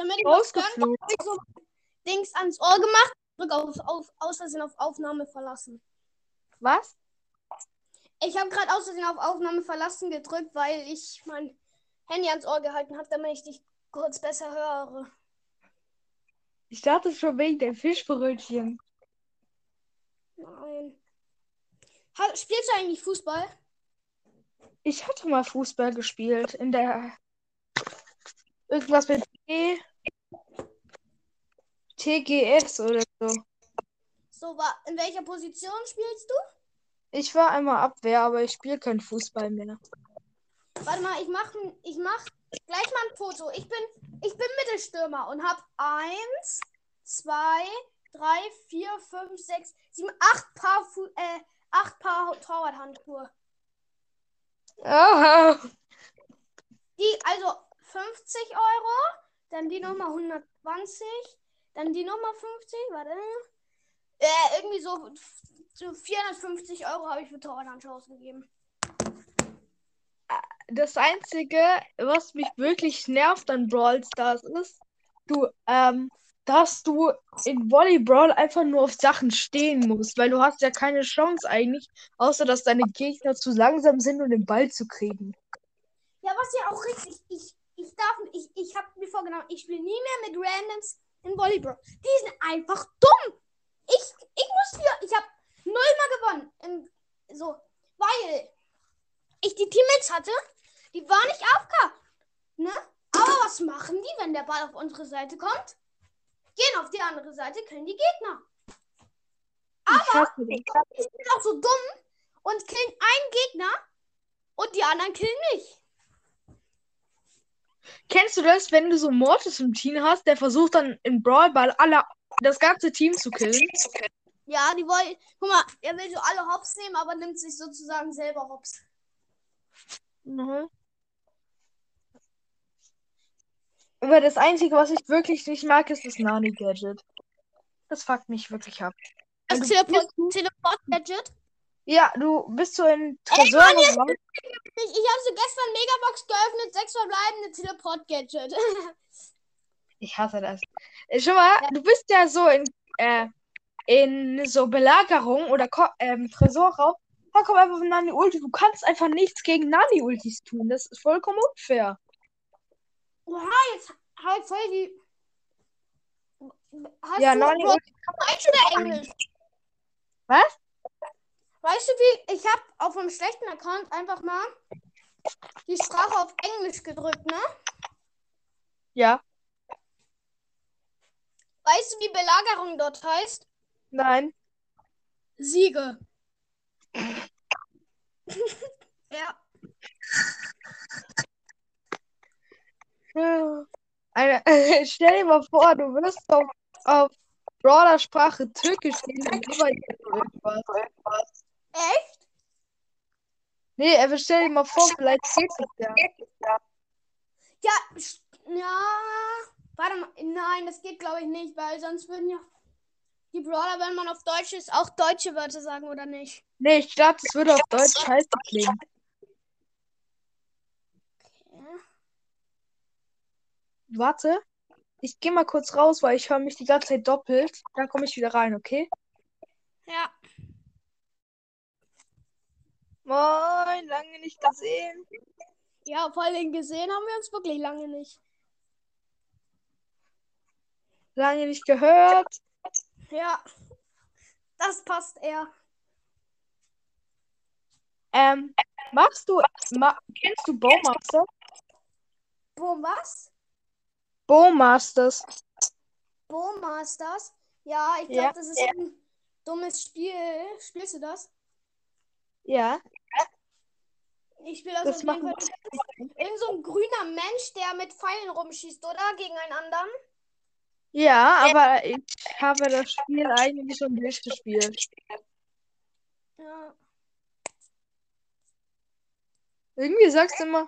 damit man es hören kann, Rausgeflogen. habe ich so Dings ans Ohr gemacht, drück aus Versehen auf Aufnahme verlassen. Was? Ich habe gerade aus Versehen auf Aufnahme verlassen gedrückt, weil ich mein Handy ans Ohr gehalten habe, damit ich dich kurz besser höre. Ich dachte schon wegen der Fischbrötchen. Nein. Spielst du eigentlich Fußball? Ich hatte mal Fußball gespielt in der irgendwas mit TGS oder so. In welcher Position spielst du? Ich war einmal Abwehr, aber ich spiele kein Fußball mehr. Warte mal, ich mach gleich mal ein Foto. Ich bin Mittelstürmer und habe 1, 2, 3, 4, 5, 6, 7, 8 Paar Torwarthandschuhe. Oh. Also 50 Euro, dann die nochmal 120, dann die nochmal 50, warte. Irgendwie so 450 Euro habe ich für Torwarthandschuhe ausgegeben. Das Einzige, was mich wirklich nervt an Brawl Stars ist, dass du in Volleyball einfach nur auf Sachen stehen musst, weil du hast ja keine Chance eigentlich, außer dass deine Gegner zu langsam sind, um den Ball zu kriegen. Ja, was ja auch richtig, ich habe mir vorgenommen, ich spiele nie mehr mit Randoms in Volleyball. Die sind einfach dumm. Ich habe 0 mal gewonnen. Weil ich die Teammates hatte, die waren nicht AFK. Ne? Aber was machen die, wenn der Ball auf unsere Seite kommt? Gehen auf die andere Seite, killen die Gegner. Aber die sind auch so dumm und killen einen Gegner und die anderen killen mich. Kennst du das, wenn du so Mortis im Team hast, der versucht dann im Brawlball das ganze Team zu killen? Ja, die wollen. Guck mal, er will so alle Hops nehmen, aber nimmt sich sozusagen selber Hops. Mhm. Aber das Einzige, was ich wirklich nicht mag, ist das Nani-Gadget. Das fuckt mich wirklich ab. Das Teleport-Gadget? Ja, du bist so in Ey, Tresor. Mann, jetzt ich habe so gestern Megabox geöffnet, 6 verbleibende Teleport-Gadget. Ich hasse das. Schau mal, du bist ja so in so Belagerung oder Tresorraum. Da kommt einfach ein Nani-Ulti. Du kannst einfach nichts gegen Nani-Ultis tun. Das ist vollkommen unfair. Oha, jetzt halt voll die. Hast Ja, du Nani-Ulti. Deutsch oder Englisch? Was? Weißt du wie? Ich habe auf einem schlechten Account einfach mal die Sprache auf Englisch gedrückt, ne? Ja. Weißt du, wie Belagerung dort heißt? Nein. Siege. Ja. Stell dir mal vor, du wirst auf Brawler-Sprache Türkisch reden und überlegt irgendwas. Echt? Nee, aber stell dir mal vor, vielleicht geht es ja. Ja, ja. Warte mal. Nein, das geht glaube ich nicht, weil sonst würden ja die Brawler, wenn man auf Deutsch ist, auch deutsche Wörter sagen, oder nicht? Nee, ich glaube, das würde auf Deutsch scheiße klingen. Ja. Warte, ich gehe mal kurz raus, weil ich höre mich die ganze Zeit doppelt. Dann komme ich wieder rein, okay? Ja. Moin, lange nicht gesehen. Ja, vor allem gesehen haben wir uns wirklich lange nicht. Lange nicht gehört. Ja, das passt eher. Kennst du Bowmaster? Boom, was? Bowmasters. Bowmasters? Ja, ich Ja. glaube, das ist ein dummes Spiel. Spielst du das? Ja. Ich spiele das Das auf jeden machen. Fall. Irgend so ein grüner Mensch, der mit Pfeilen rumschießt, oder? Gegen einen anderen. Ja, aber ich habe das Spiel eigentlich schon durchgespielt. Ja. Irgendwie sagst du immer.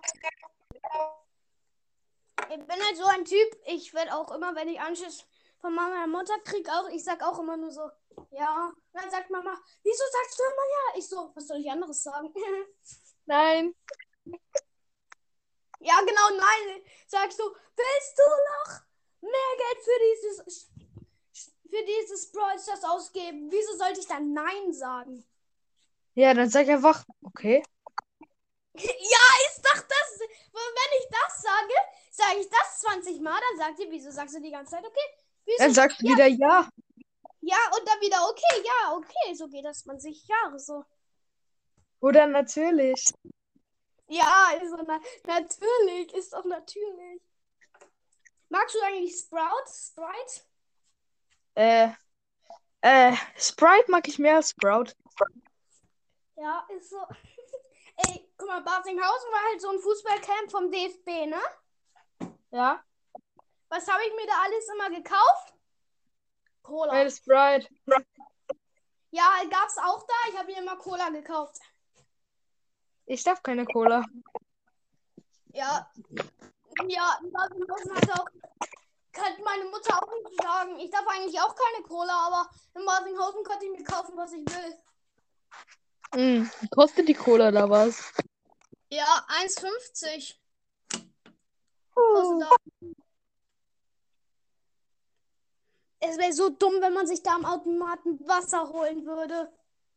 Ich bin halt so ein Typ, ich werde auch immer, wenn ich Anschiss von meiner Mutter kriege, ich sag auch immer nur so, ja. Und dann sagt Mama, wieso sagst du immer ja? Ich so, was soll ich anderes sagen? Nein. Ja, genau, nein. Sagst du, willst du noch mehr Geld für dieses Brawl Stars ausgeben. Wieso sollte ich dann Nein sagen? Ja, dann sag einfach, okay. Ja, ist doch das. Wenn ich das sage ich das 20 Mal, dann sagt ihr, wieso sagst du die ganze Zeit okay? Wieso? Dann sagst du wieder ja. Ja, und dann wieder okay, ja, okay. So geht das 20 Jahre so. Oder natürlich. Ja, also natürlich, ist doch natürlich. Magst du eigentlich Sprite? Äh, Sprite mag ich mehr als Sprout. Ja, ist so. Ey, guck mal, Barsinghausen war halt so ein Fußballcamp vom DFB, ne? Ja. Was habe ich mir da alles immer gekauft? Cola. Meine Sprite. Ja, gab's auch da. Ich habe mir immer Cola gekauft. Ich darf keine Cola. Ja. Ja, Barsinghausen hat auch. Kann meine Mutter auch nicht sagen. Ich darf eigentlich auch keine Cola, aber in Barsinghausen konnte ich mir kaufen, was ich will. Kostet die Cola da was? Ja, 1,50. Kostet auch. Es wäre so dumm, wenn man sich da am Automaten Wasser holen würde.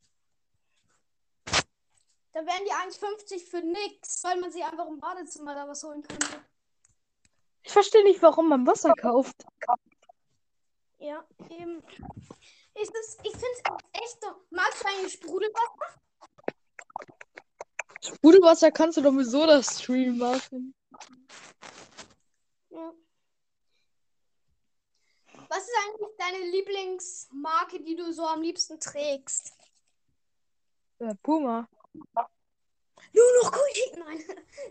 Da wären die 1,50 für nix, weil man sich einfach im Badezimmer da was holen könnte. Ich verstehe nicht, warum man Wasser kauft. Ja, eben. Ich finde es echt dumm. Magst du eigentlich Sprudelwasser? Sprudelwasser kannst du doch mit Soda-Stream machen. Ja. Was ist eigentlich deine Lieblingsmarke, die du so am liebsten trägst? Puma. Nur noch Gucci? Nein.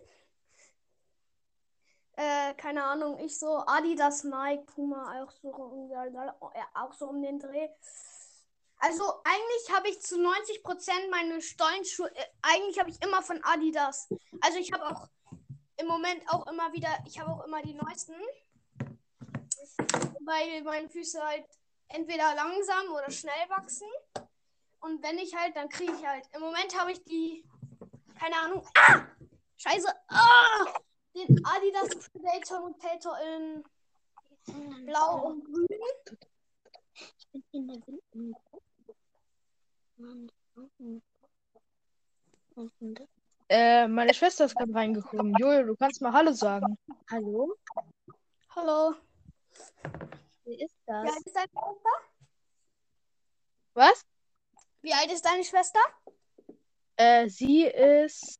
Keine Ahnung. Ich so Adidas, Nike, Puma, auch so um den Dreh. Also eigentlich habe ich zu 90% meine Stollenschuhe, eigentlich habe ich immer von Adidas. Also ich habe auch im Moment auch immer wieder, ich habe auch immer die neuesten, weil meine Füße halt entweder langsam oder schnell wachsen. Und wenn ich halt, dann kriege ich halt. Im Moment habe ich die, keine Ahnung, Scheiße, den Adidas Predator Mutator in Blau und Grün. Ich bin in der Windmühle. Meine Schwester ist gerade reingekommen. Jojo, du kannst mal Hallo sagen. Hallo? Hallo. Wer ist Wie das? alt ist deine Schwester? Was? Wie alt ist deine Schwester? Sie ist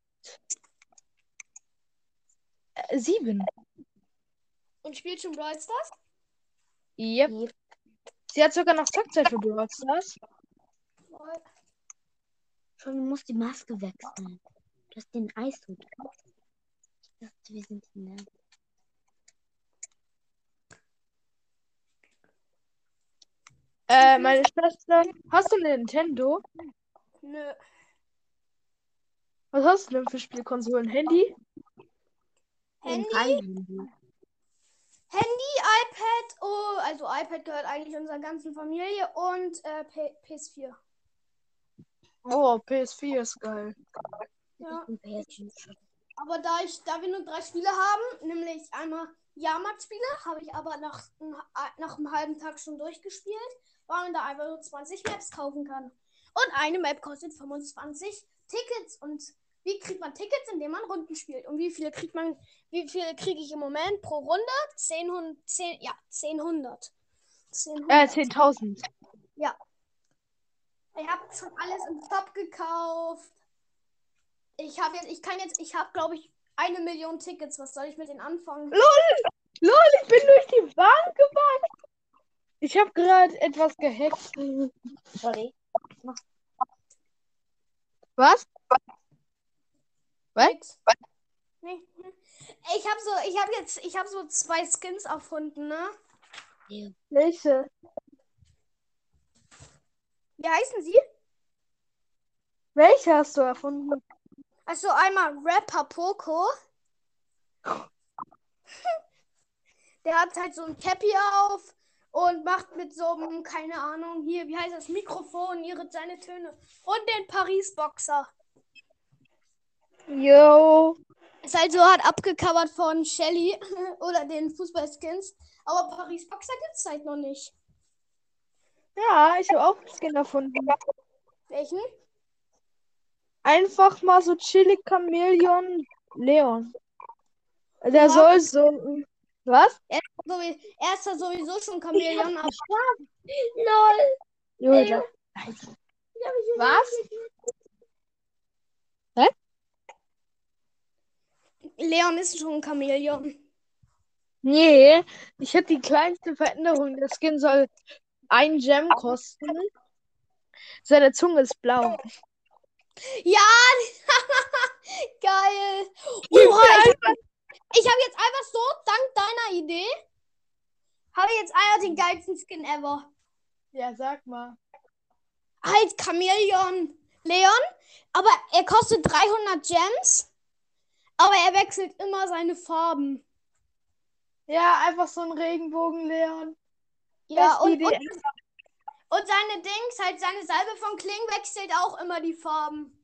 7. Und spielt schon Brawl Stars? Yep. Sie hat sogar noch Zackzeit für Brawl Stars. Schon, du musst die Maske wechseln. Du hast den Eishut. Ich dachte, wir sind in der... Meine Schwester. Hast du eine Nintendo? Nö. Was hast du denn für Spielkonsolen? Handy? Handy? Kein Handy. Handy, iPad, oh, also iPad gehört eigentlich unserer ganzen Familie und PS4. Oh, PS4 ist geil. Ja. Ein PS5. Aber da wir nur 3 Spiele haben, nämlich einmal Jahrmarkt-Spiele, habe ich aber nach einem halben Tag schon durchgespielt, weil man da einfach nur 20 Maps kaufen kann. Und eine Map kostet 25 Tickets. Und wie kriegt man Tickets, indem man Runden spielt? Und wie viele kriege ich im Moment pro Runde? 1000. 10.000. Ja. Ich habe schon alles im Shop gekauft. Ich habe, glaube ich, 1 Million Tickets. Was soll ich mit denen anfangen? LOL, ich bin durch die Wand gefahren. Ich habe gerade etwas gehackt. Sorry. Was? Was? Nix. Nee. Ich habe so 2 Skins erfunden, ne? Ja. Welche? Wie heißen sie? Welche hast du erfunden? Also einmal Rapper Poco. Der hat halt so ein Cappy auf und macht mit so einem, keine Ahnung, hier, wie heißt das, Mikrofon, seine Töne. Und den Paris-Boxer. Yo. Ist halt so hart abgecovert von Shelly oder den Fußballskins. Aber Paris Boxer gibt's halt noch nicht. Ja, ich habe auch einen Skin erfunden. Welchen? Einfach mal so chillig Chamäleon Leon. Der Oha. soll so. Was? Er ist ja sowieso schon Chamäleon. Aber Lol. Julia. Was? Hä? Leon ist schon ein Chamäleon. Nee, ich hätte die kleinste Veränderung. Der Skin soll 1 Gem kosten. Seine Zunge ist blau. Ja! Geil! Oha, ich habe jetzt einfach so, dank deiner Idee, habe ich jetzt einfach den geilsten Skin ever. Ja, sag mal. Halt Chamäleon Leon, aber er kostet 300 Gems, aber er wechselt immer seine Farben. Ja, einfach so ein Regenbogen-Leon. Ja, Beste Idee. und seine Dings, halt seine Salbe von Kling wechselt auch immer die Farben.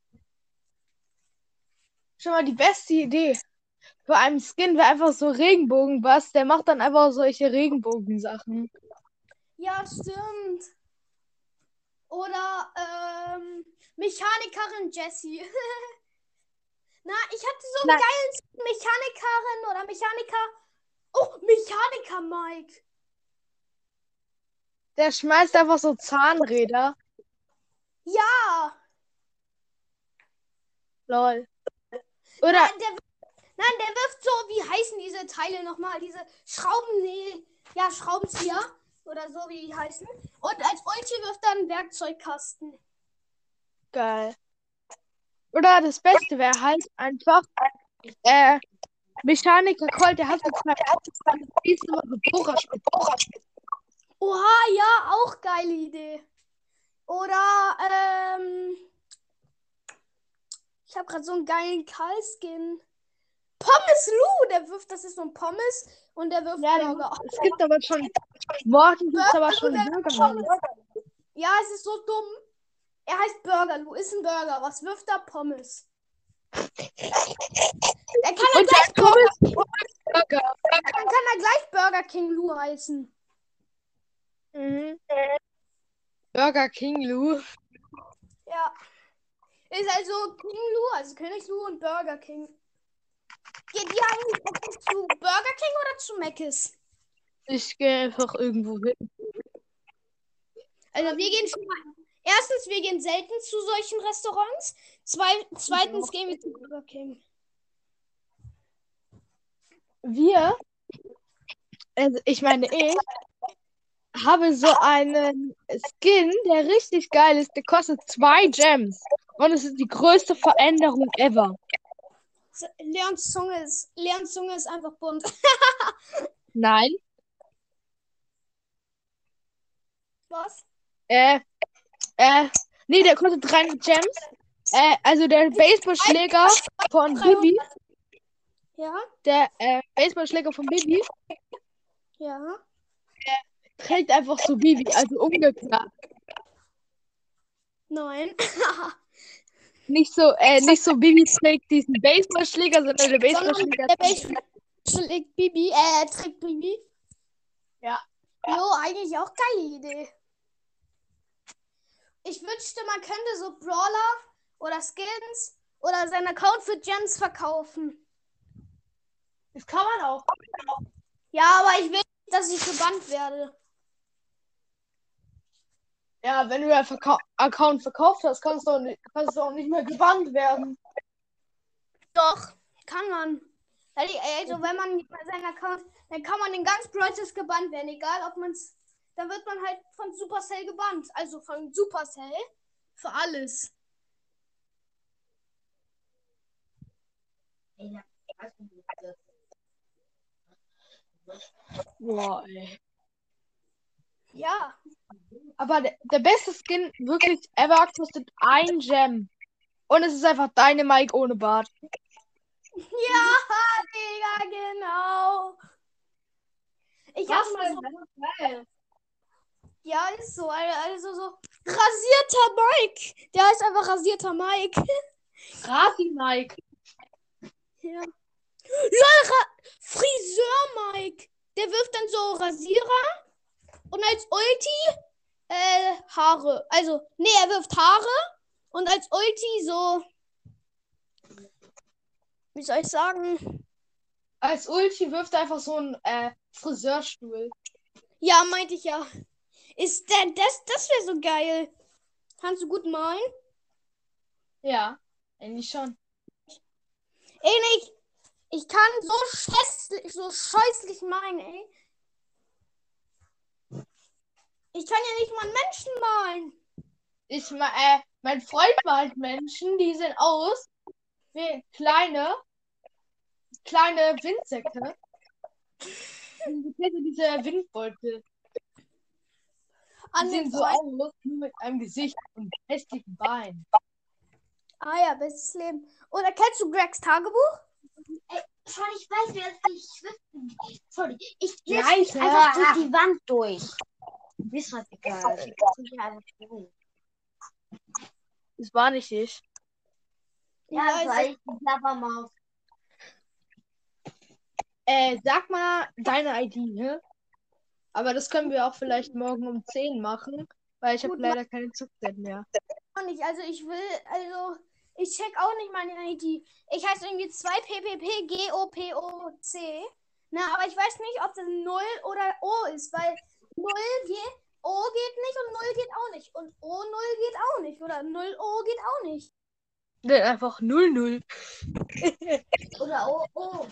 Schon mal die beste Idee. Für einen Skin wäre einfach so Regenbogenbass. Der macht dann einfach solche Regenbogensachen. Ja, stimmt. Oder Mechanikerin Jessie. Na, ich hatte so einen geilen Mechanikerin oder Mechaniker. Oh, Mechaniker Mike. Der schmeißt einfach so Zahnräder. Ja. Lol. Oder Nein, der wirft so, wie heißen diese Teile nochmal? Diese Schrauben, nee, ja, Schraubenzieher. Oder so, wie die heißen. Und als Ulti wirft er einen Werkzeugkasten. geil. Oder das Beste wäre halt einfach Mechaniker Colt, der hat so zwei Spieße, immer so Bohrerspitzen. Oha, ja, auch geile Idee. Oder, ich habe gerade so einen geilen Karl-Skin. Pommes Lou, der wirft, das ist so ein Pommes und der wirft Ja, Burger. es gibt aber schon, morgen gibt es aber schon Burger. Ja, es ist so dumm. Er heißt Burger Lou, ist ein Burger. Was wirft er? Pommes. Er kann Und gleich der Burger. Dann kann er gleich Burger King Lou heißen. Mhm. Burger King Lou. Ja. Ist also King Lou, also König Lou und Burger King. Geht ihr eigentlich zu Burger King oder zu Mc's? Ich gehe einfach irgendwo hin. Also wir gehen schon mal. Erstens, wir gehen selten zu solchen Restaurants. Zweitens gehen wir zu Burger King. Wir, also ich habe so einen Skin, der richtig geil ist. Der kostet 2 Gems. Und es ist die größte Veränderung ever. Leons Zunge ist einfach bunt. Nein. Was? Nee, der kostet 300 Gems. Also der Baseballschläger von Bibi. Ja? Der Baseballschläger von Bibi Ja. trägt einfach so Bibi, also umgekehrt. Nein. Nicht so Bibi trägt diesen Baseballschläger, sondern der Baseballschläger Der schlägt Bibi, trägt Bibi. Ja. Jo, eigentlich auch geile Idee. Ich wünschte, man könnte so Brawler oder Skins oder seinen Account für Gems verkaufen. Das kann man auch. Ja, aber ich will nicht, dass ich gebannt werde. Ja, wenn du deinen Account verkauft hast, kannst du auch nicht mehr gebannt werden. Doch, kann man. Also wenn man seinen Account, dann kann man in ganz Brawlers gebannt werden, egal ob man's. Dann wird man halt von Supercell gebannt. Also von Supercell für alles. Boah, ey. Ja. Aber der beste Skin wirklich ever kostet 1 Gem. Und es ist einfach Dynamike ohne Bart. Ja, Digga, genau. Ich hab's mal so. Ja, ist so. Also so rasierter Mike. Der heißt einfach rasierter Mike. Rasi Mike. Ja. Lol, Friseur Mike. Der wirft dann so Rasierer und als Ulti Haare. Also, nee, er wirft Haare und als Ulti so, wie soll ich sagen? Als Ulti wirft er einfach so einen Friseurstuhl. Ja, meinte ich ja. Ist denn das wäre so geil. Kannst du gut malen? Ja, eigentlich schon. Ey, nee, ich kann so scheußlich malen, ey. Ich kann ja nicht mal einen Menschen malen. Mein Freund malt Menschen, die sehen aus wie kleine Windsäcke. Und diese Windbeutel. Die An den sehen so Freund. aus, nur mit einem Gesicht und hässlichen Beinen. Ah ja, bestes Leben. Oder kennst du Gregs Tagebuch? Schon, ich weiß, wer es nicht schwimmen geht. Sorry, ich lese Leise. mich einfach durch die Wand durch. Ist halt egal. Ich zieh hier einfach durch. Das war nicht ich. Ja, Leise. weil ich die Klappermaus. Sag mal deine ID, ne? Aber das können wir auch vielleicht morgen um 10 machen, weil ich habe Gut, leider keine Zugzeit mehr. auch nicht. Ich check auch nicht meine ID. Ich heiße irgendwie 2PPPGOPOC. Na, aber ich weiß nicht, ob das 0 oder O ist, weil 0 geht, O geht nicht und 0 geht auch nicht. Und O0 geht auch nicht. Oder 0O geht auch nicht. Nee, einfach 00. Oder oh.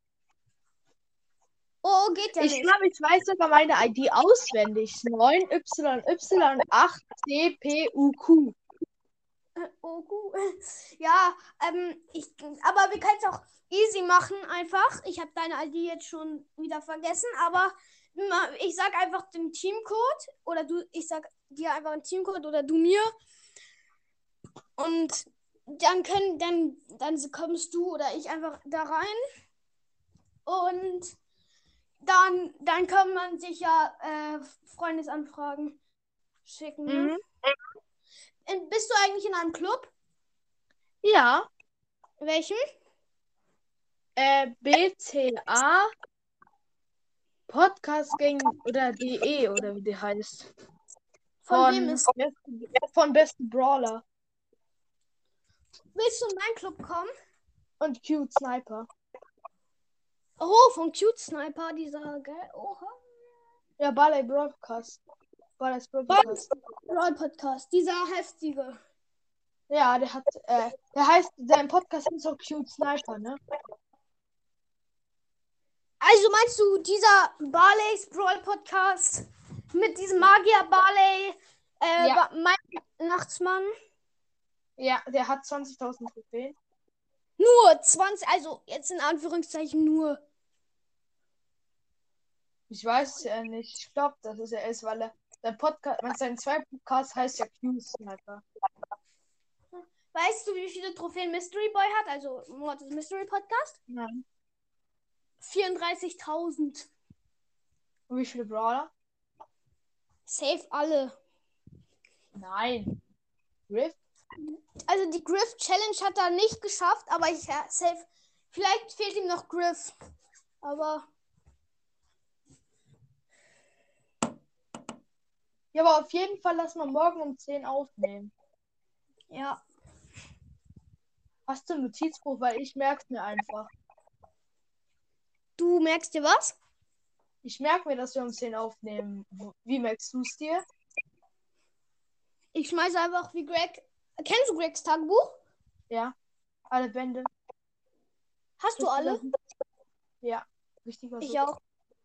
O geht ja Ich nicht. glaube, ich weiß sogar meine ID auswendig. 9YY8CPUQ. Oh, gut. Ja, aber wir können es auch easy machen, einfach. Ich habe deine ID jetzt schon wieder vergessen, aber ich sag einfach den Teamcode oder ich sag dir einfach einen Teamcode oder du mir und dann kommst du oder ich einfach da rein und dann kann man sich ja Freundesanfragen schicken, ne? Mhm. Bist du eigentlich in einem Club? Ja. Welchen? BCA Podcast Gang oder DE oder wie die heißt. Von wem ist? Von besten Brawler Willst du in meinen Club kommen? und Cute Sniper. Oh, von Cute Sniper, dieser, gell? Oha. Ja, Barley Broadcast. Barley's Broadcast. Brawl Podcast, dieser heftige. Ja, der heißt, sein Podcast ist so Cute Sniper, ne? Also meinst du dieser Barley's Brawl Podcast mit diesem Magier Barley, Ja. mein Nachtsmann? Ja, der hat 20.000 Trophäen. Nur 20, also jetzt in Anführungszeichen nur. Ich weiß es ja nicht. Ich glaube, dass es er ist, weil sein zwei Podcast heißt ja Cute Sniper. Weißt du, wie viele Trophäen Mystery Boy hat? Also Mortis Mystery Podcast? Nein. 34.000. Und wie viele Brawler? Safe alle. Nein. Griff? Also die Griff Challenge hat er nicht geschafft, aber safe. Vielleicht fehlt ihm noch Griff. Aber Ja, aber auf jeden Fall lass mal morgen um 10 aufnehmen. ja. Hast du ein Notizbuch? Weil ich merke es mir einfach. Du merkst dir was? Ich merke mir, dass wir um 10 aufnehmen. Wie merkst du es dir? Ich schmeiße einfach wie Greg. Kennst du Gregs Tagebuch? Ja. Alle Bände. Hast du alle? Ja. Richtiger Ich auch.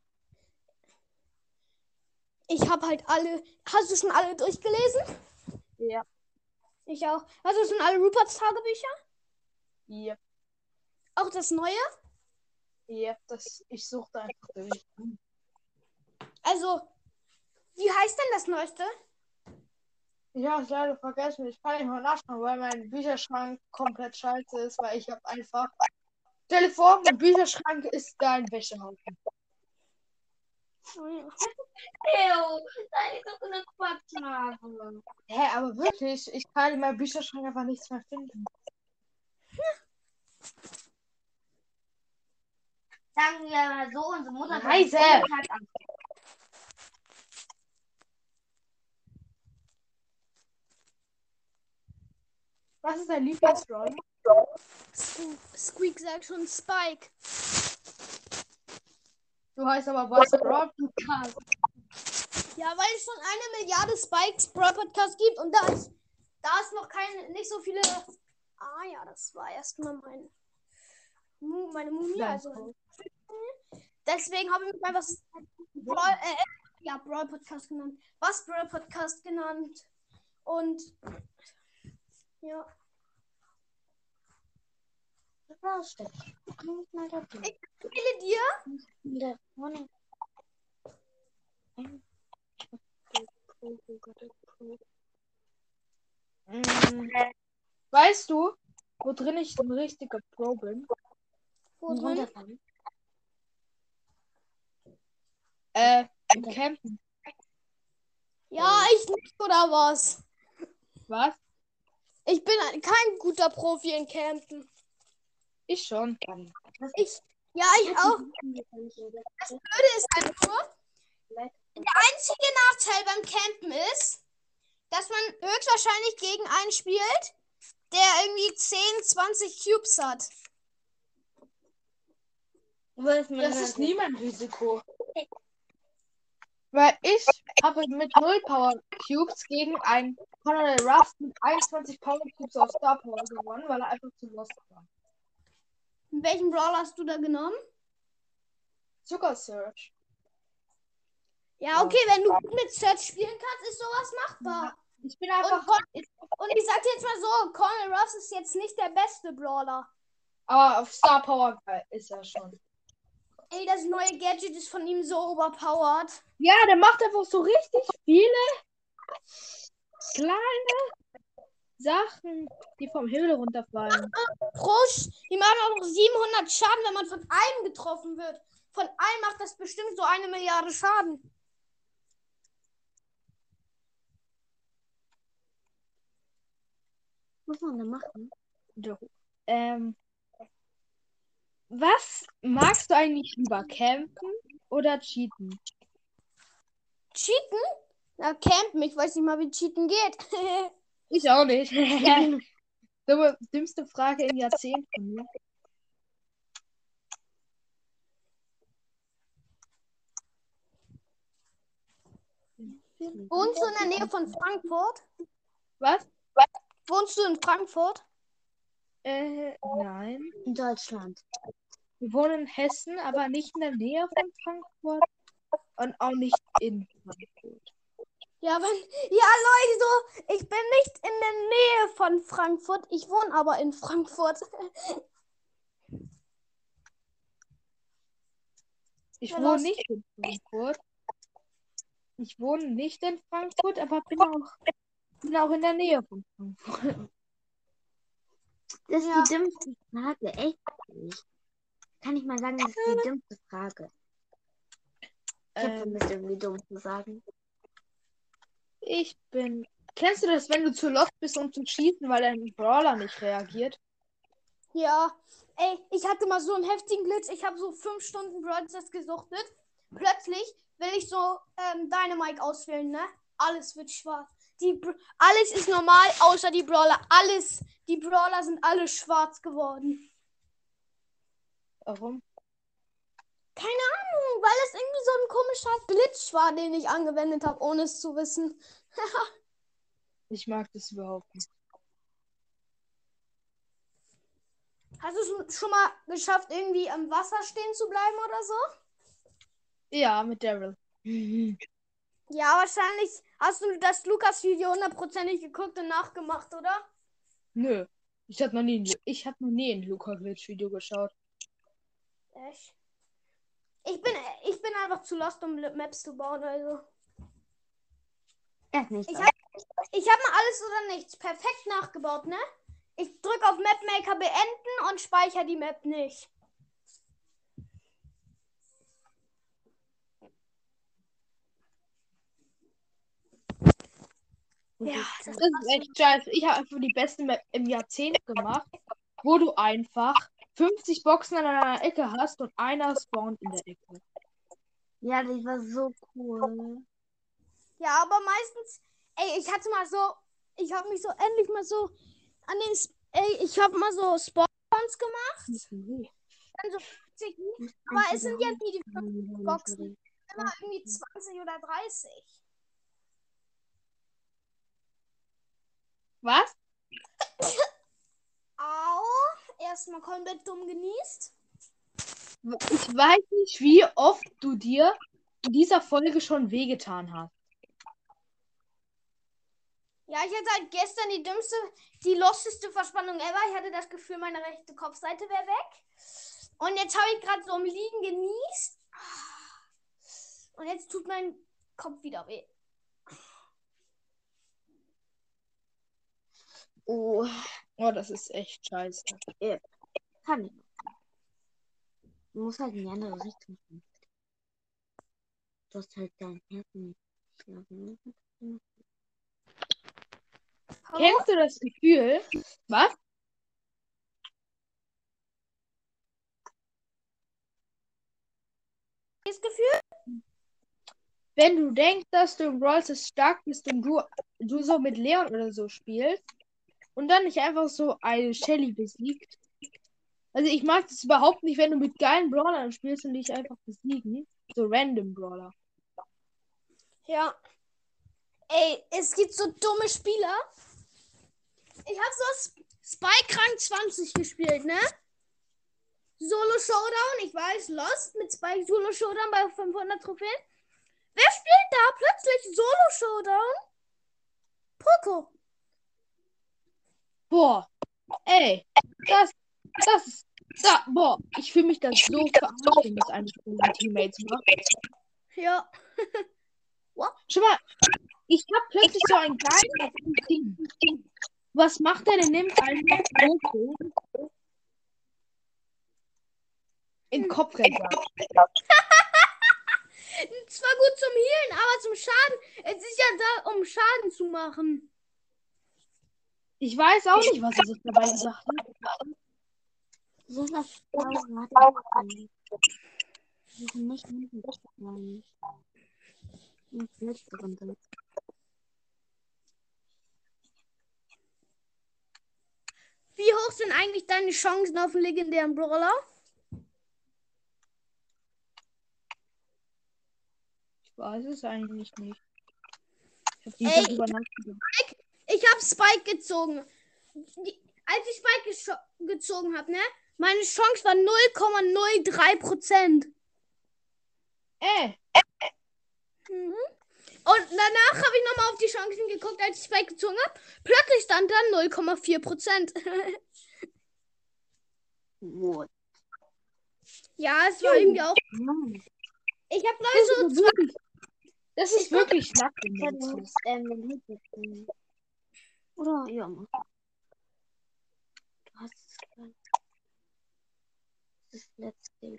Ich habe halt alle. Hast du schon alle durchgelesen? Ja. Ich auch. Hast du schon alle Ruperts Tagebücher? Ja. Auch das neue? Ja. Ich suchte einfach durch. Also, wie heißt denn das neueste? Ich habe es leider vergessen. Ich kann nicht mal nachschauen, weil mein Bücherschrank komplett scheiße ist, weil ich habe einfach. Stell dir vor, mein Bücherschrank ist da ein Wäschehaufen. Oh ja. Da ist doch eine Quatschnase. Hä, aber wirklich, ich kann in meinem Bücherschrank einfach nichts mehr finden. sagen wir mal so, unsere Mutter Reise. hat am Was ist dein Lieblingsbrawler? Squeak sagt schon Spike. Du heißt aber was Brawl Podcast. Ja, weil es schon 1 Milliarde Spikes Brawl Podcast gibt und da ist noch nicht so viele. Ah ja, das war erstmal meine Mumie. Also deswegen habe ich mich einfach Brawl Podcast genannt. Was Brawl Podcast genannt. Und ja. Ich empfehle dir. Weißt du, wo drin ich ein richtiger Pro bin? Wo drin? Im Campen. Ja, ich nicht, oder was? Was? Ich bin kein guter Profi in Campen. Ich schon. Ich auch. Das Blöde ist einfach nur, der einzige Nachteil beim Campen ist, dass man höchstwahrscheinlich gegen einen spielt, der irgendwie 10, 20 Cubes hat. Das ist nie mein Risiko. Weil ich habe mit 0 Power Cubes gegen einen Colonel Ruff mit 21 Power Cubes auf Star Power gewonnen, weil er einfach zu lost war. Welchen Brawler hast du da genommen? Zucker Search. Ja, okay, wenn du gut mit Search spielen kannst, ist sowas machbar. Ich bin einfach. Und ich sag dir jetzt mal so, Colonel Ruffs ist jetzt nicht der beste Brawler. Aber auf Star Power ist er schon. Ey, das neue Gadget ist von ihm so overpowered. Ja, der macht einfach so richtig viele kleine Sachen, die vom Himmel runterfallen. Die machen auch noch 700 Schaden, wenn man von einem getroffen wird. Von einem macht das bestimmt so 1 Milliarde Schaden. Was muss man da machen? Was magst du eigentlich lieber, campen oder cheaten? Cheaten? Na, campen. Ich weiß nicht mal, wie Cheaten geht. Ich auch nicht. Dümmste Frage im Jahrzehnt von mir. Wohnst du in der Nähe von Frankfurt? Was? Wohnst du in Frankfurt? Nein. In Deutschland. Wir wohnen in Hessen, aber nicht in der Nähe von Frankfurt und auch nicht in Frankfurt. Ja, Leute, so, ich bin nicht in der Nähe von Frankfurt. Ich wohne aber in Frankfurt. Ich wohne nicht in Frankfurt. Ich wohne nicht in Frankfurt, aber bin auch in der Nähe von Frankfurt. Das ist die dümmste Frage, echt nicht. Kann ich mal sagen, das ist die dümmste Frage. Ich habe vermisst, irgendwie dumm zu sagen. Kennst du das, wenn du zu lost bist, um zu schießen, weil dein Brawler nicht reagiert? Ja, ey, ich hatte mal so einen heftigen Glitch. Ich habe so 5 Stunden Brawl Stars gesuchtet. Plötzlich will ich so Dynamite auswählen, ne? Alles wird schwarz. Alles ist normal, außer die Brawler. Die Brawler sind alle schwarz geworden. Warum? Keine Ahnung, weil es irgendwie so ein komischer Glitch war, den ich angewendet habe, ohne es zu wissen. Ich mag das überhaupt nicht. Hast du es schon mal geschafft, irgendwie am Wasser stehen zu bleiben oder so? Ja, mit Daryl. Ja, wahrscheinlich hast du das Lukas-Video 100%ig geguckt und nachgemacht, oder? Nö. Ich hab noch nie ein Luca-Glitch-Video geschaut. Echt? Ich bin einfach zu lost, um Maps zu bauen, also. Nicht Ich hab mal alles oder nichts perfekt nachgebaut, ne? Ich drücke auf Mapmaker beenden und speichere die Map nicht. Ja, das ist echt scheiße. Ich habe einfach die beste Map im Jahrzehnt gemacht, wo du einfach 50 Boxen an einer Ecke hast und einer spawnt in der Ecke. Ja, das war so cool. Ja, aber meistens, ey, ich hatte mal so, ich habe mich so endlich mal so an den, ich habe mal so Spawns gemacht, dann so 50, aber es sind ja nie die 50 Boxen, immer irgendwie 20 oder 30. Was? Au, erstmal komplett dumm genießt. Ich weiß nicht, wie oft du dir in dieser Folge schon wehgetan hast. Ja, ich hatte halt gestern die losteste Verspannung ever. Ich hatte das Gefühl, meine rechte Kopfseite wäre weg. Und jetzt habe ich gerade so im Liegen genießt. Und jetzt tut mein Kopf wieder weh. Oh, das ist echt scheiße. Kann ich noch. Du musst halt in die andere Richtung gehen. Du hast halt dein Herzen. Hallo? Kennst du das Gefühl? Was? Das Gefühl? Wenn du denkst, dass du im Brawl Stars stark bist und du so mit Leon oder so spielst und dann nicht einfach so eine Shelly besiegt. Also ich mag das überhaupt nicht, wenn du mit geilen Brawlern spielst und dich einfach besiegen. So random Brawler. Ja. Ey, es gibt so dumme Spieler. Ich habe so Spike Rang 20 gespielt, ne? Solo Showdown, ich weiß, Lost mit Spike Solo Showdown bei 500 Trophäen. Wer spielt da plötzlich Solo Showdown? Poco. Boah, ey, boah, ich fühle mich das so verarscht, wenn das eines unserer Teammates macht. Ja. Schau mal, ich hab plötzlich so ein geiles Ding. Was macht er denn? Nimmt einfach Poco in Kopfgeld. Zwar gut zum Healen, aber zum Schaden. Es ist ja da, um Schaden zu machen. Ich weiß auch nicht, was er sich dabei gesagt hat. So das Sauerraten. Die sind nicht mitgekommen. Und letzteren sind. Wie hoch sind eigentlich deine Chancen auf einen legendären Brawler? Ich weiß es eigentlich nicht. Ich hab nie darüber nachgedacht. Ich habe Spike gezogen. Als ich Spike gezogen habe, ne? Meine Chance war 0,03%. Mhm. Und danach habe ich nochmal auf die Chancen geguckt, als ich Spike gezogen habe. Plötzlich stand da 0,4%. What? Ja, es war irgendwie auch. Ich habe Leute so Das ist wirklich Lack. Oder ja, Mann. Du hast es gesagt. Das letzte.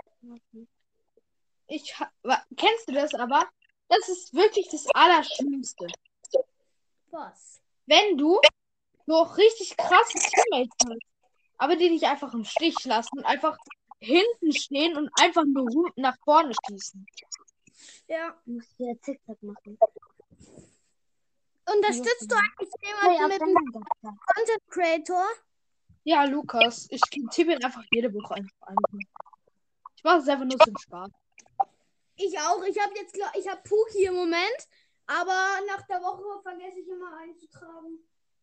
Kennst du das aber? Das ist wirklich das Allerschlimmste. Was? Wenn du noch richtig krasse Teammates hast, aber die dich einfach im Stich lassen und einfach hinten stehen und einfach nur nach vorne schießen. Ja. Du musst ja TikTok machen. Unterstützt du eigentlich jemanden mit einem Content Creator? Ja, Lukas, ich tippe ihn einfach jede Woche einfach ein. Ich mache es einfach nur zum Spaß. Ich auch. Ich habe Puki im Moment, aber nach der Woche vergesse ich immer einzutragen.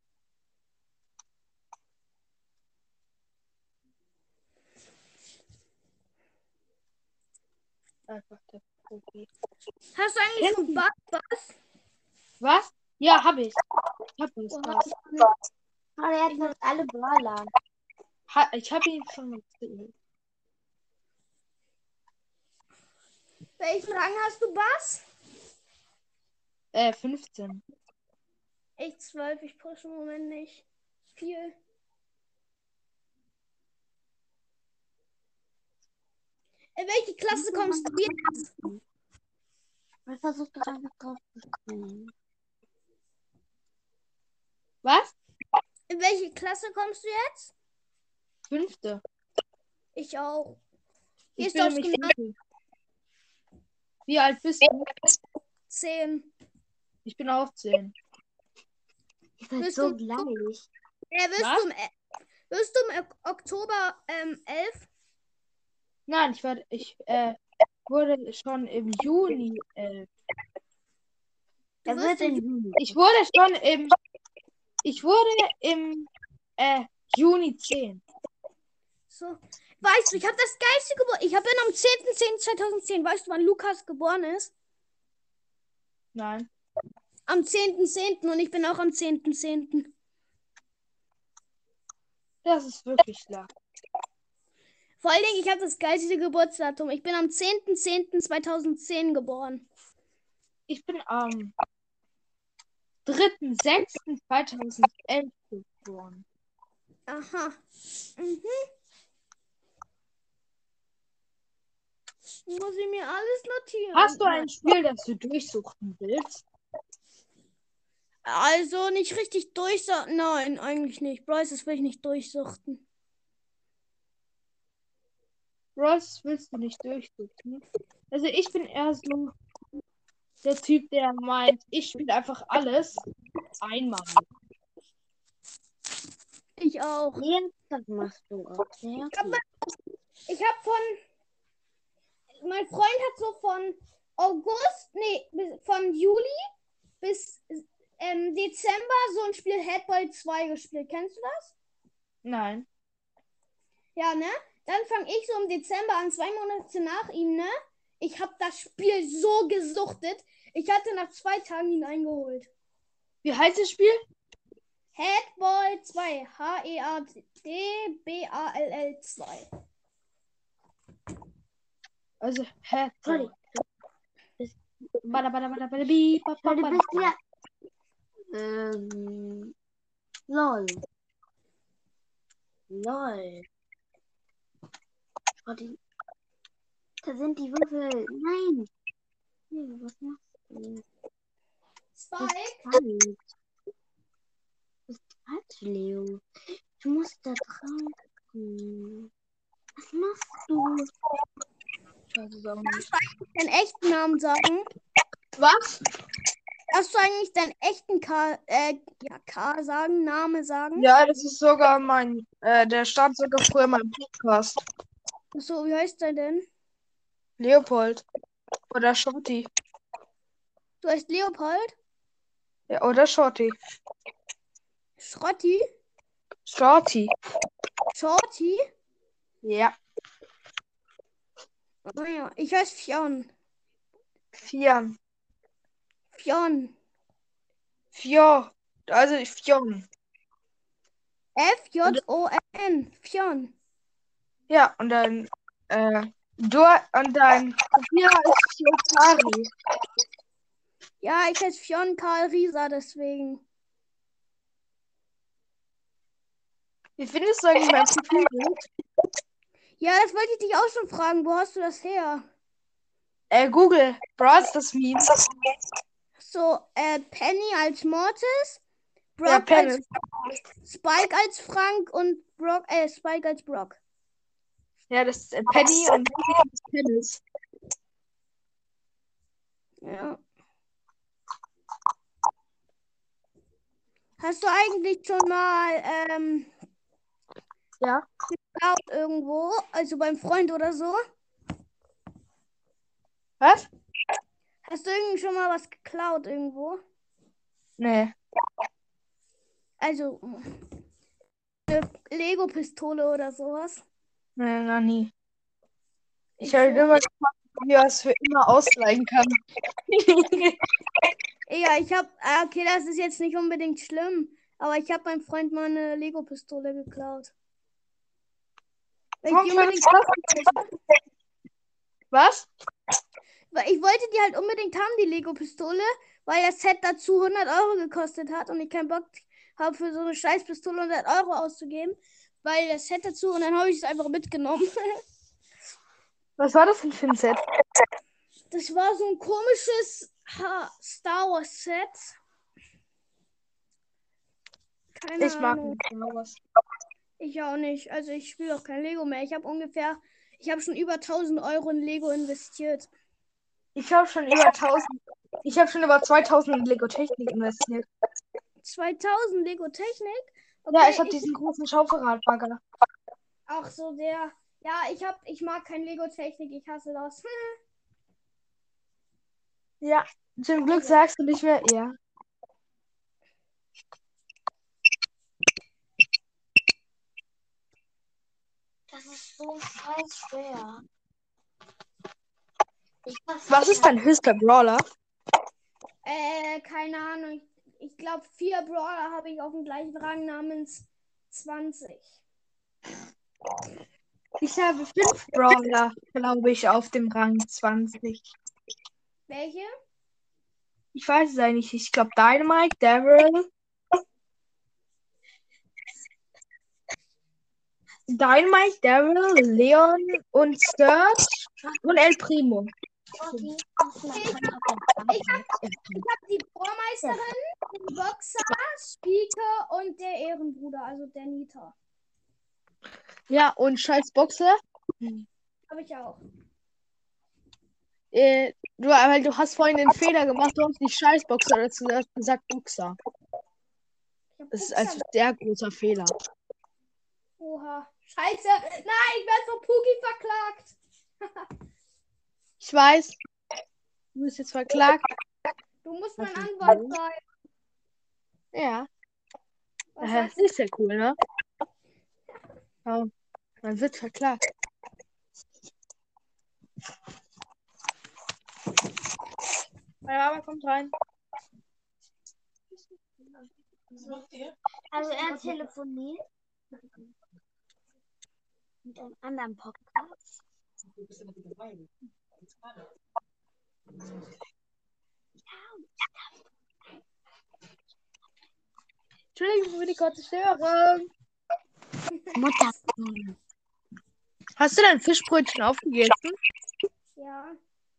Einfach der Profi. Hast du eigentlich schon Bass? Was? Ja, hab ich. Ich hab das. Aber er hat halt alle Brawler. Ich hab ihn schon mal gesehen. Welchen Rang hast du, Bass? 15. Ich 12. Ich pushe im Moment nicht viel. In welche Klasse kommst du jetzt? Ich versuche doch einfach drauf zu springen. Was? In welche Klasse kommst du jetzt? 5. Ich auch. Ich Gehst bin du aufs nämlich Gymnasium? 5. Wie alt bist du? 10. Ich bin auch 10. Ihr seid Bist so du- gleich. Was? Wirst du im Oktober 11? Nein, ich wurde schon im Juni 11. Er wirst wird im in Juni. Ich wurde im Juni 10. So. Weißt du, ich habe das geilste Geburt. Ich bin am 10.10.2010. Weißt du, wann Lukas geboren ist? Nein. Am 10.10. und ich bin auch am 10.10. Das ist wirklich klar. Vor allen Dingen, ich habe das geilste Geburtsdatum. Ich bin am 10.10.2010 geboren. Ich bin am 3.6.2011 geboren. Aha. Mhm. Muss ich mir alles notieren. Hast du ein Spiel, das du durchsuchen willst? Also nicht richtig durchsuchten? Nein, eigentlich nicht. Bryce, das will ich nicht durchsuchten. Ross, willst du nicht durchsuchen? Also ich bin eher so der Typ, der meint, ich spiele einfach alles einmal. Ich auch. Jetzt, das machst du auch sehr gut. Ich habe mein Freund hat so von Juli bis Dezember so ein Spiel Headball 2 gespielt. Kennst du das? Nein. Ja, ne? Dann fange ich so im Dezember an, 2 Monate nach ihm, ne? Ich habe das Spiel so gesuchtet. Ich hatte nach 2 Tagen ihn eingeholt. Wie heißt das Spiel? Headball 2. Headball 2. Also Sorry. Bi, Sorry, du bist ja. Lol. Lol. Sorry. Da sind die Würfel. Nein. Nee, was machst du? Das Spike? ist falsch. Das ist falsch, Leo. Du musst da drauf. Was machst du? Ich weiß es auch nicht. Deinen echten Namen sagen? Was? Darfst du eigentlich deinen echten K sagen, Name sagen? Ja, das ist sogar der stand sogar früher in meinem Podcast. So, wie heißt der denn? Leopold. Oder Shorty. Du heißt Leopold? Ja, oder Shorty. Schrotti? Shorty. Shorty? Ja. Oh ja, ich heiße Fionn. Fion. Fionn. Also Fion. Fjon. Fionn. Ja, und dann und dein Profil ist Fiotari. Ja, ich heiße Fionn Karl Rieser, deswegen. Wie findest du eigentlich mein Profil? Ja, das wollte ich dich auch schon fragen. Wo hast du das her? Google. Browse das Meme. So, Penny als Mortis, Ja, Brock Penny. als Spike als Frank und Spike als Brock. Ja, das ist Penny und Pennis. Ja. Hast du eigentlich schon mal Ja. geklaut irgendwo? Also beim Freund oder so? Was? Hast du irgendwie schon mal was geklaut irgendwo? Nee. Also eine Lego-Pistole oder sowas? Nee, noch nie. Ich Ich habe schon. immer gefragt, wie man es für immer ausleihen kann. Ja, ich habe, okay, das ist jetzt nicht unbedingt schlimm, aber ich habe meinem Freund mal eine Lego-Pistole geklaut. Weil ich Warum die unbedingt Was? Weil ich wollte die halt unbedingt haben, die Lego-Pistole, weil das Set dazu 100 Euro gekostet hat und ich keinen Bock habe, für so eine scheiß Pistole 100 Euro auszugeben, weil das Set dazu und dann habe ich es einfach mitgenommen. Was war das denn für ein Set? Das war so ein komisches Star Wars Set. Keine Ich mag Ahnung. nicht genau was. Ich auch nicht. Also ich spiele auch kein Lego mehr. Ich habe schon über 1.000 € in Lego investiert. Ich habe schon über 2000 in Lego Technik investiert. 2000 Lego Technik? Ja, Okay, ich habe diesen großen Schaufelradbagger. ach so, der. Ja, ich mag kein Lego Technik. Ich hasse das. Ja, zum Glück Also, sagst du nicht mehr eher. Das ist so scheiß schwer. Was ist dein höchster Brawler? keine Ahnung. Ich glaube, 4 Brawler habe ich auf dem gleichen Rang namens 20. Ich habe 5 Brawler, glaube ich, auf dem Rang 20. Welche? Ich weiß es eigentlich nicht. Ich glaube Dynamite, Daryl. Dynamite, Daryl, Leon und Search und El Primo. Okay. Ich habe die Tormeisterin, den Boxer, Speaker und der Ehrenbruder, also der Nita. Ja, und scheiß Boxer. Habe ich auch. Du hast vorhin den Fehler gemacht, du hast nicht scheiß Boxer dazu gesagt Boxer. Ich hab Das ist Boxer ein sehr großer Fehler. Oha. Scheiße. Nein, ich werde von Puki verklagt. Ich weiß, du bist jetzt verklagt. Du musst mein Das ist Anwalt gut. sein. Ja, Was das sagst du? ist ja cool, ne? Ja, man wird verklagt. Meine Mama kommt rein. Also er telefoniert mit einem anderen Podcast. Entschuldigung für die kurze Störung. Mutter. Hast du dein Fischbrötchen aufgegessen? Ja.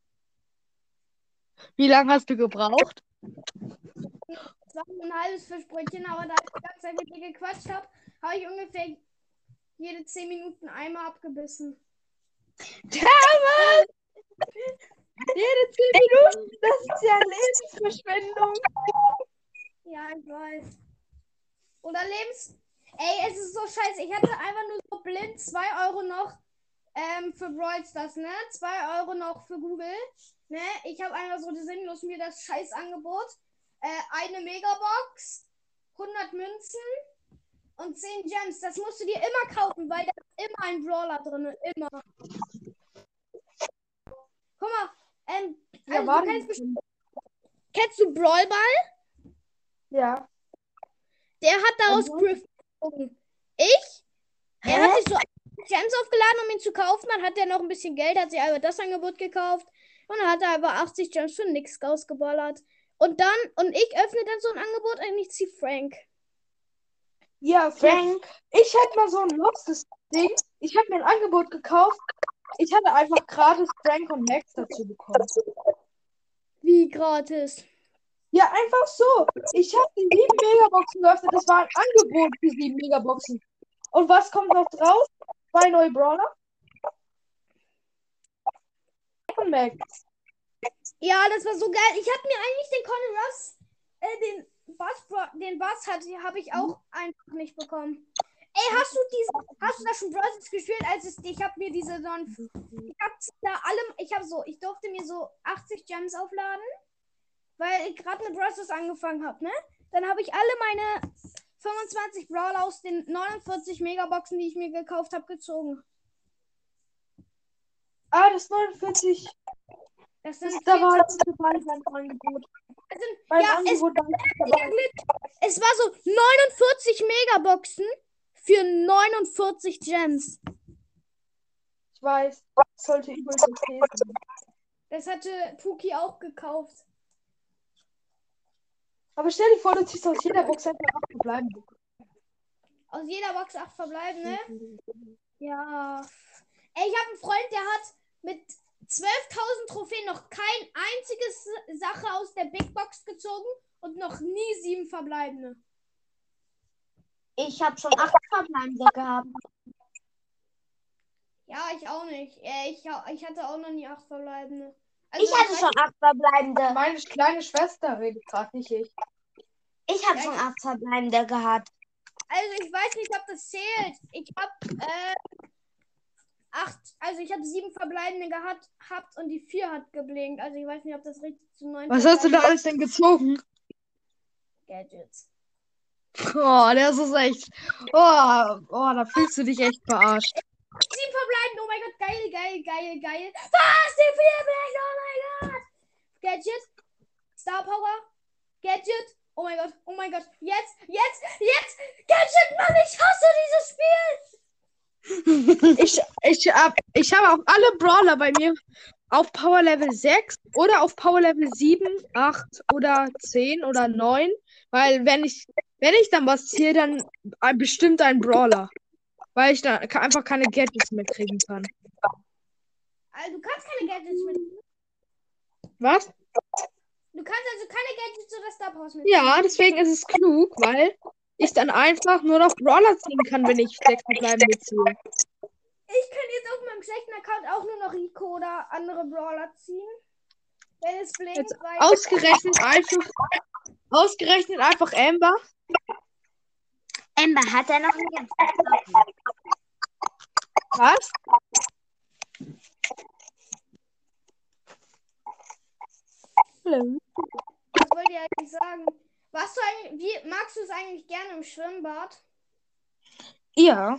Wie lange hast du gebraucht? Das war ein halbes Fischbrötchen, aber da ich die ganze Zeit mit dir gequatscht habe, habe ich ungefähr jede 10 Minuten einmal abgebissen. Thomas! Jede 10 Minuten, das ist ja Lebensverschwendung. Ja, ich weiß. Oder Ey, es ist so scheiße. Ich hatte einfach nur so blind 2 Euro noch für Brawl Stars, ne? 2 € noch für Google. Ne? Ich habe einfach so sinnlos mir das Scheißangebot. Eine Megabox, 100 Münzen und 10 Gems. Das musst du dir immer kaufen, weil da ist immer ein Brawler drin. Immer. Guck mal, Ja, also warte. kennst du Brawl Ball? Ja. Der hat daraus Griff gezogen. Er hat sich so Gems aufgeladen, um ihn zu kaufen. Dann hat er noch ein bisschen Geld, hat sich aber das Angebot gekauft. Und dann hat er aber 80 Gems für nix rausgeballert. Und ich öffne dann so ein Angebot und ich ziehe Frank. Ja, Frank. Ich hätte mal so ein lostes Ding. Ich habe mir ein Angebot gekauft. Ich hatte einfach gratis Frank und Max dazu bekommen. Wie gratis. Ja, einfach so. Ich habe die 7 Megaboxen geöffnet. Das war ein Angebot für 7 Megaboxen. Und was kommt noch drauf? 2 neue Brawler. Und Max. Ja, das war so geil. Ich habe mir eigentlich den Conny Russ, den Bass habe ich auch einfach nicht bekommen. Ey, hast du da schon Brawl Stars gespielt, ich habe mir diese ich durfte mir so 80 Gems aufladen, weil ich gerade eine Brawl Stars angefangen habe, ne? Dann habe ich alle meine 25 Brawler aus den 49 Megaboxen, die ich mir gekauft habe, gezogen. Ah, das 49. Das sind Da war 14. das dabei beim Angebot. Es war so 49 Megaboxen für 49 Gems. Ich weiß, das sollte übrigens okay sein. Das hatte Puki auch gekauft. Aber stell dir vor, du ziehst aus jeder Box einfach 8 verbleibende. Aus jeder Box 8 verbleibende? Ja. Ey, ich habe einen Freund, der hat mit 12.000 Trophäen noch kein einziges Sache aus der Big Box gezogen und noch nie 7 verbleibende. Ich habe schon 8 verbleibende gehabt. Ja, ich auch nicht. Ich hatte auch noch nie 8 verbleibende. Ich hatte schon 8 verbleibende. Meine kleine Schwester redet gerade, nicht ich. Ich habe Ja, schon 8 verbleibende gehabt. Also ich weiß nicht, ob das zählt. Ich habe 7 verbleibende gehabt und die 4 hat geblinkt. Also ich weiß nicht, ob das richtig zu 9 Was hast du da alles denn gezogen? Gadgets. Oh, das ist echt. Oh, da fühlst du dich echt verarscht. 7 verbleibende, oh mein Gott, geil. Was? Die 4 blinkt, oh mein Gott. Gadget. Star Power. Gadget. Oh mein Gott. Jetzt. Gadget, Mann, ich hasse dieses Spiel. Ich habe auch alle Brawler bei mir auf Power Level 6 oder auf Power Level 7, 8 oder 10 oder 9. Weil wenn ich dann was ziehe, dann bestimmt ein Brawler. Weil ich dann einfach keine Gadgets mehr kriegen kann. Also, du kannst keine Gadgets mit. Was? Du kannst also keine Gadgets oder Star Powers mit. Ja, deswegen ist es klug, weil ich dann einfach nur noch Brawler ziehen kann, wenn ich 6 verbleibende ziehe. Ich kann jetzt auf meinem schlechten Account auch nur noch Rico oder andere Brawler ziehen. Wenn es blinkt, Jetzt weil. ausgerechnet einfach Amber. Amber hat er noch nicht. Was? Hallo. Was wollt ihr eigentlich sagen? Magst du es eigentlich gerne im Schwimmbad? Ja.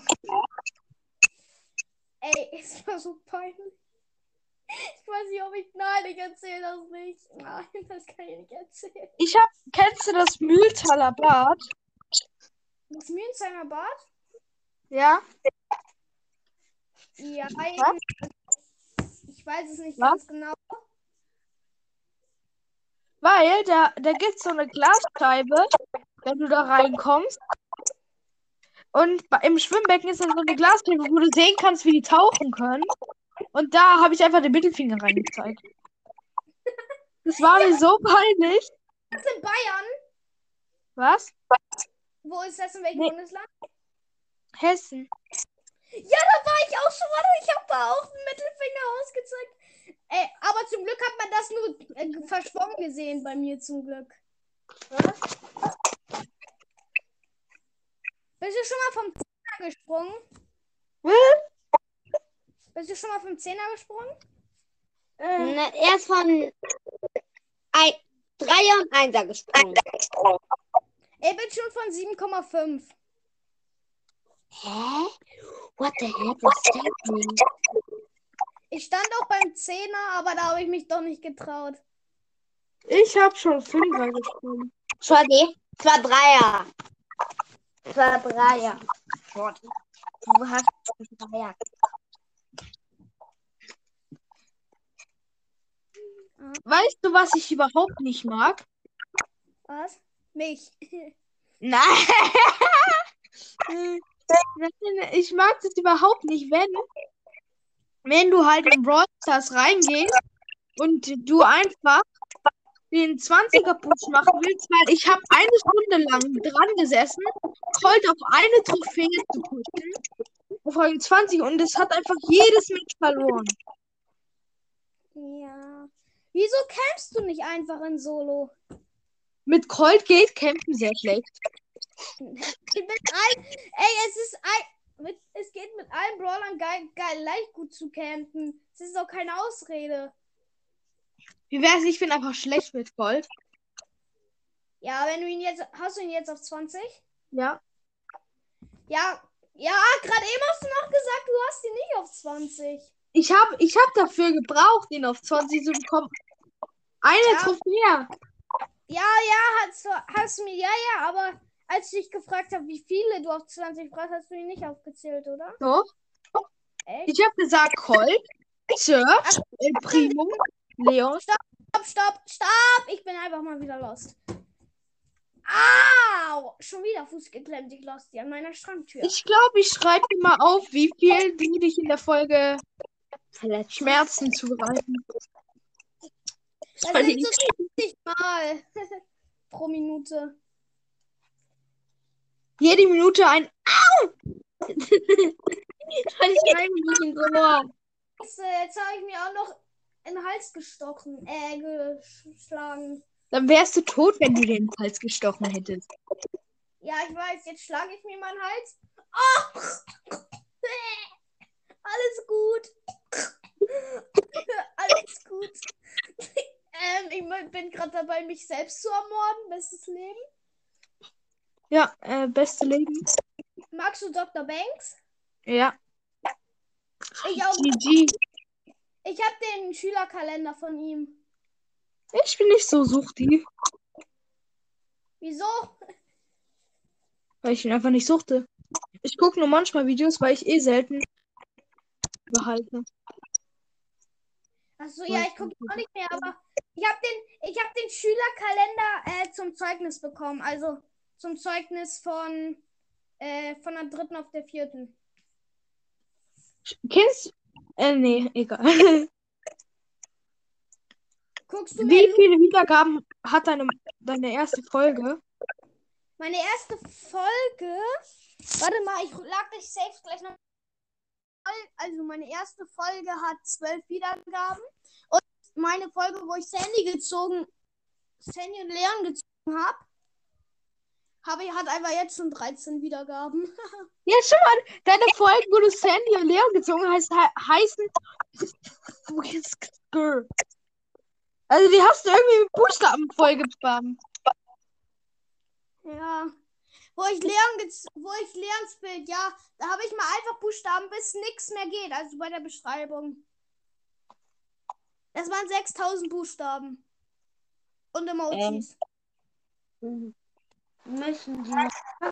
Ey, es war so peinlich. Ich weiß nicht, ob ich. Nein, ich erzähle das nicht. Nein, das kann ich nicht erzählen. Kennst du das Mühltaler Bad? Das Mühlsheimer Bad? Ja. Ja, Was? ich weiß es nicht Was? ganz genau. Weil da gibt es so eine Glasscheibe, wenn du da reinkommst. Und im Schwimmbecken ist dann so eine Glasscheibe, wo du sehen kannst, wie die tauchen können. Und da habe ich einfach den Mittelfinger reingezeigt. Das war mir so peinlich. Das ist in Bayern. Was? Wo ist das? In welchem Nee. Bundesland? Hessen. Ja, da war ich auch schon mal. Ich habe da auch einen Mittelfinger ausgezeigt. Ey, aber zum Glück hat man das nur verschwommen gesehen bei mir zum Glück. Was? Bist du schon mal vom Zehner gesprungen? Bist du schon mal vom Zehner gesprungen? Er ist von 3er und 1er gesprungen. Ich bin schon von 7,5. Hä? What the heck was that? Ich stand auch beim Zehner, aber da habe ich mich doch nicht getraut. Ich habe schon 5er gesprungen. Shorty, es war 3er. Es war 3er. Shorty, du hast 3er. Weißt du, was ich überhaupt nicht mag? Was? Mich. Nein. Ich mag das überhaupt nicht, wenn du halt in Brawl Stars reingehst und du einfach den 20er-Push machen willst, weil ich habe eine Stunde lang dran gesessen, Colt auf eine Trophäe zu pushen, auf Rang 20, und es hat einfach jedes Match verloren. Ja. Wieso campst du nicht einfach in Solo? Mit Colt geht Campen sehr schlecht. Es geht mit allen Brawlern geil leicht gut zu campen. Es ist auch keine Ausrede. Wie wär's, ich bin einfach schlecht mit Colt. Ja, hast du ihn jetzt auf 20? Ja. Ja, gerade eben hast du noch gesagt, du hast ihn nicht auf 20. Ich hab dafür gebraucht, ihn auf 20 zu bekommen. Eine Trophäe. Hast du mir, aber als ich dich gefragt habe, wie viele du auf 20 brauchst, hast du ihn nicht aufgezählt, oder? Doch. Echt? Ich habe gesagt Colt, Search, El Primo, Leon. Stopp! Ich bin einfach mal wieder lost. Au! Schon wieder Fuß geklemmt, ich lost die an meiner Schranktür. Ich glaube, ich schreibe dir mal auf, wie viel du dich in der Folge Schmerzen zubereiten. Das sind so 70 Mal pro Minute. Jede Minute ein Au! Weil ich reingewichen so. Jetzt habe ich mir auch noch in den Hals gestochen, geschlagen. Dann wärst du tot, wenn du dir in den Hals gestochen hättest. Ja, ich weiß, jetzt schlage ich mir meinen Hals. Oh! Alles gut. Alles gut. Ich bin gerade dabei, mich selbst zu ermorden. Bestes Leben. Ja, beste Leben. Magst du Dr. Banks? Ja. Ich auch. GG. Ich habe den Schülerkalender von ihm. Ich bin nicht so suchti, Wieso? weil ich ihn einfach nicht suchte. Ich gucke nur manchmal Videos, weil ich selten behalte. Achso, ja, ich gucke auch nicht mehr, aber ich habe den Schülerkalender zum Zeugnis bekommen. Also zum Zeugnis von der 3. auf der 4. Kennst nee, egal. Guckst du Wie mir viele Wiedergaben hat deine erste Folge? meine erste Folge? Warte mal, ich lade dich safe gleich noch. Also meine erste Folge hat 12 Wiedergaben. Und meine Folge, wo ich Sandy und Leon gezogen habe, hat einfach jetzt schon 13 Wiedergaben. Ja, schon mal, deine Folgen, wo du Sandy und Leon gezogen hast, heißen Whisker. Also die hast du irgendwie mit Buchstaben vollgespammt. Ja. Wo ich Leons Bild, ja, da habe ich mal einfach Buchstaben, bis nichts mehr geht. Also bei der Beschreibung. Das waren 6000 Buchstaben. Und Emojis. Müssen die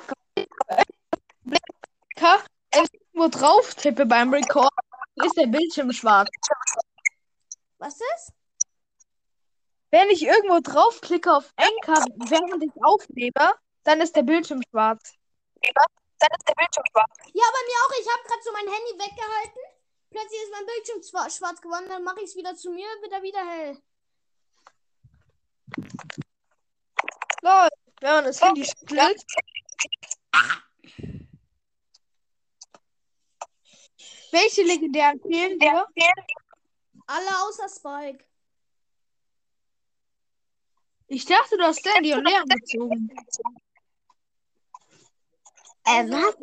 Wenn ich irgendwo drauf tippe beim Record, ist der Bildschirm schwarz. Was ist? Wenn ich irgendwo draufklicke auf Anchor, während ich aufnehme, dann ist der Bildschirm schwarz. Ja, bei mir auch. Ich habe gerade so mein Handy weggehalten. Plötzlich ist mein Bildschirm schwarz geworden. Dann mache ich es wieder zu mir, wird er wieder hell. Lol, wenn man das Handy schüttelt. Welche legendären fehlen dir? Alle außer Spike. Ich dachte, du hast Sandy und Leon gezogen. was?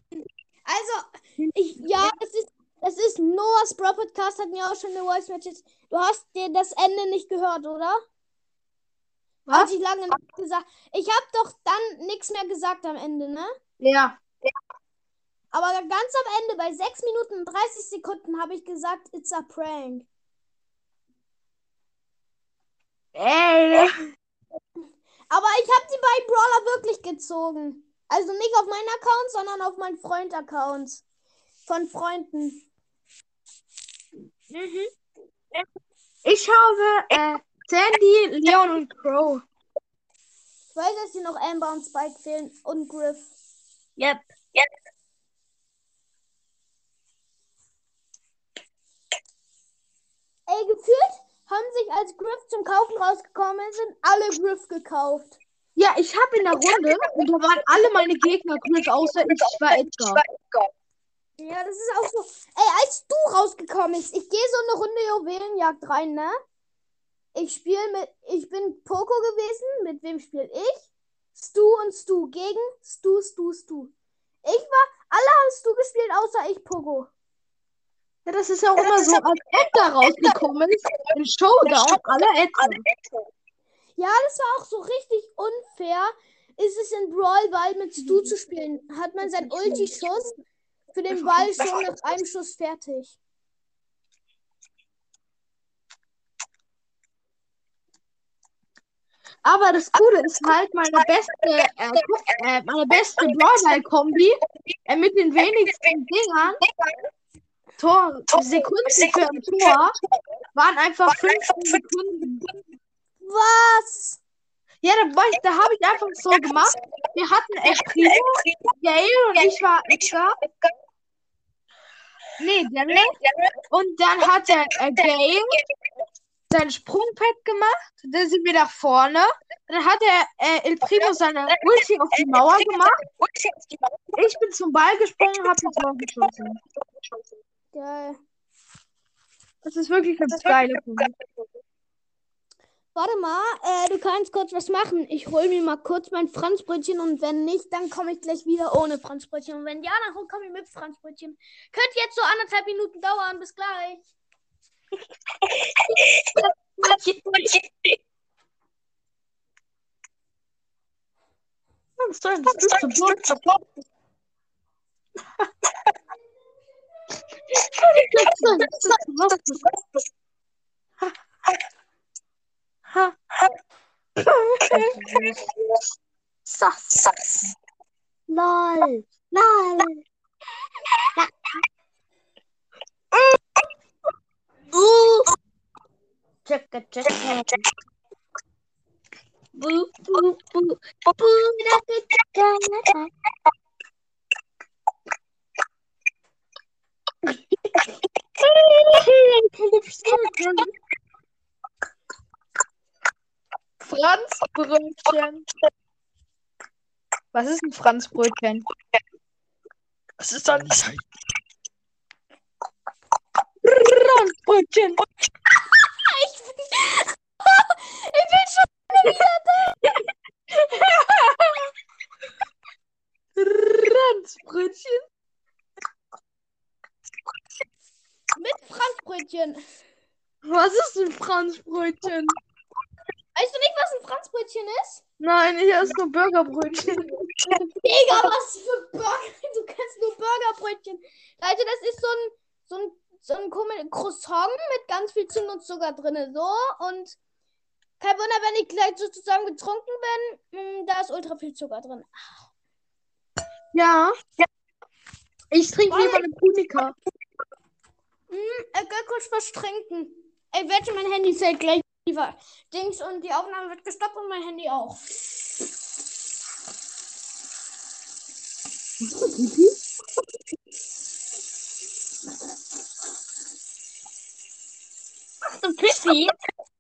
Ja, es ist Noahs Bro Podcast, hat mir auch schon eine Voice Message. Du hast dir das Ende nicht gehört, oder? Was? Als ich lange nicht gesagt. Ich habe doch dann nichts mehr gesagt am Ende, ne? Ja. Aber ganz am Ende, bei 6 Minuten und 30 Sekunden, habe ich gesagt, it's a prank. Ey. Aber ich habe die beiden Brawler wirklich gezogen. Also nicht auf meinen Account, sondern auf meinen Freund-Account. Von Freunden. Ich habe Sandy, Leon und Crow. Ich weiß, dass hier noch Amber und Spike fehlen und Griff. Yep. Ey, gefühlt haben sich, als Griff zum Kaufen rausgekommen sind, alle Griff gekauft. Ja, ich habe in der Runde und da waren alle meine Gegner Griff, außer ich war Edgar. Ja, das ist auch so. Ey, als du rausgekommen bist, ich gehe so eine Runde Juwelenjagd rein, ne? Ich bin Poco gewesen. Mit wem spiele ich? Stu und Stu gegen Stu. Alle haben Stu gespielt, außer ich Poco. Ja, das ist ja auch immer so, als Edgar rausgekommen ist, im Showdown, alle Edgar. Ja, das war auch so richtig unfair. Ist es in Brawl Ball mit Stu zu spielen? Hat man seinen Ulti-Schuss für den Ball schon nach einem Schuss fertig. Aber das Coole ist halt meine beste Brawl-Ball-Kombi mit den wenigsten Dingern. Sekunden für ein Tor waren einfach 15 Sekunden. Was? Ja, da habe ich einfach so gemacht. Wir hatten El Primo, Gale und ich war Edgar. Nee, Daryl. Und dann hat er Gale sein Sprungpad gemacht, dann sind wir nach vorne. Dann hat El Primo seine Ulti auf die Mauer gemacht. Ich bin zum Ball gesprungen, habe das Tor geschossen. Geil. Das ist wirklich eine geile Kunde. Warte mal, du kannst kurz was machen. Ich hole mir mal kurz mein Franzbrötchen und wenn nicht, dann komme ich gleich wieder ohne Franzbrötchen. Und wenn ja, dann komme ich mit Franzbrötchen. Könnte jetzt so 1,5 Minuten dauern. Bis gleich. Was soll das? Das ist so blöd. Sass. Lol. Lol. Tschakka, tschakka. Bu, bu, bu. Bu, tschakka, tschakka. Franzbrötchen. Was ist ein Franzbrötchen? Was ist da nicht? Franzbrötchen. Ich bin schon wieder da. Franzbrötchen. Mit Franzbrötchen. Was ist ein Franzbrötchen? Weißt du nicht, was ein Franzbrötchen ist? Nein, ich esse nur Burgerbrötchen. Digga, was für Burger? Du kennst nur Burgerbrötchen. Also das ist so ein Croissant mit ganz viel Zimt und Zucker drin. So. Und kein Wunder, wenn ich gleich sozusagen betrunken bin, da ist ultra viel Zucker drin. Ja. Ich trinke lieber eine Punika. Ich will kurz was trinken. Ich wette, mein Handy fällt gleich lieber. Dings und die Aufnahme wird gestoppt und mein Handy auch. So Pipi.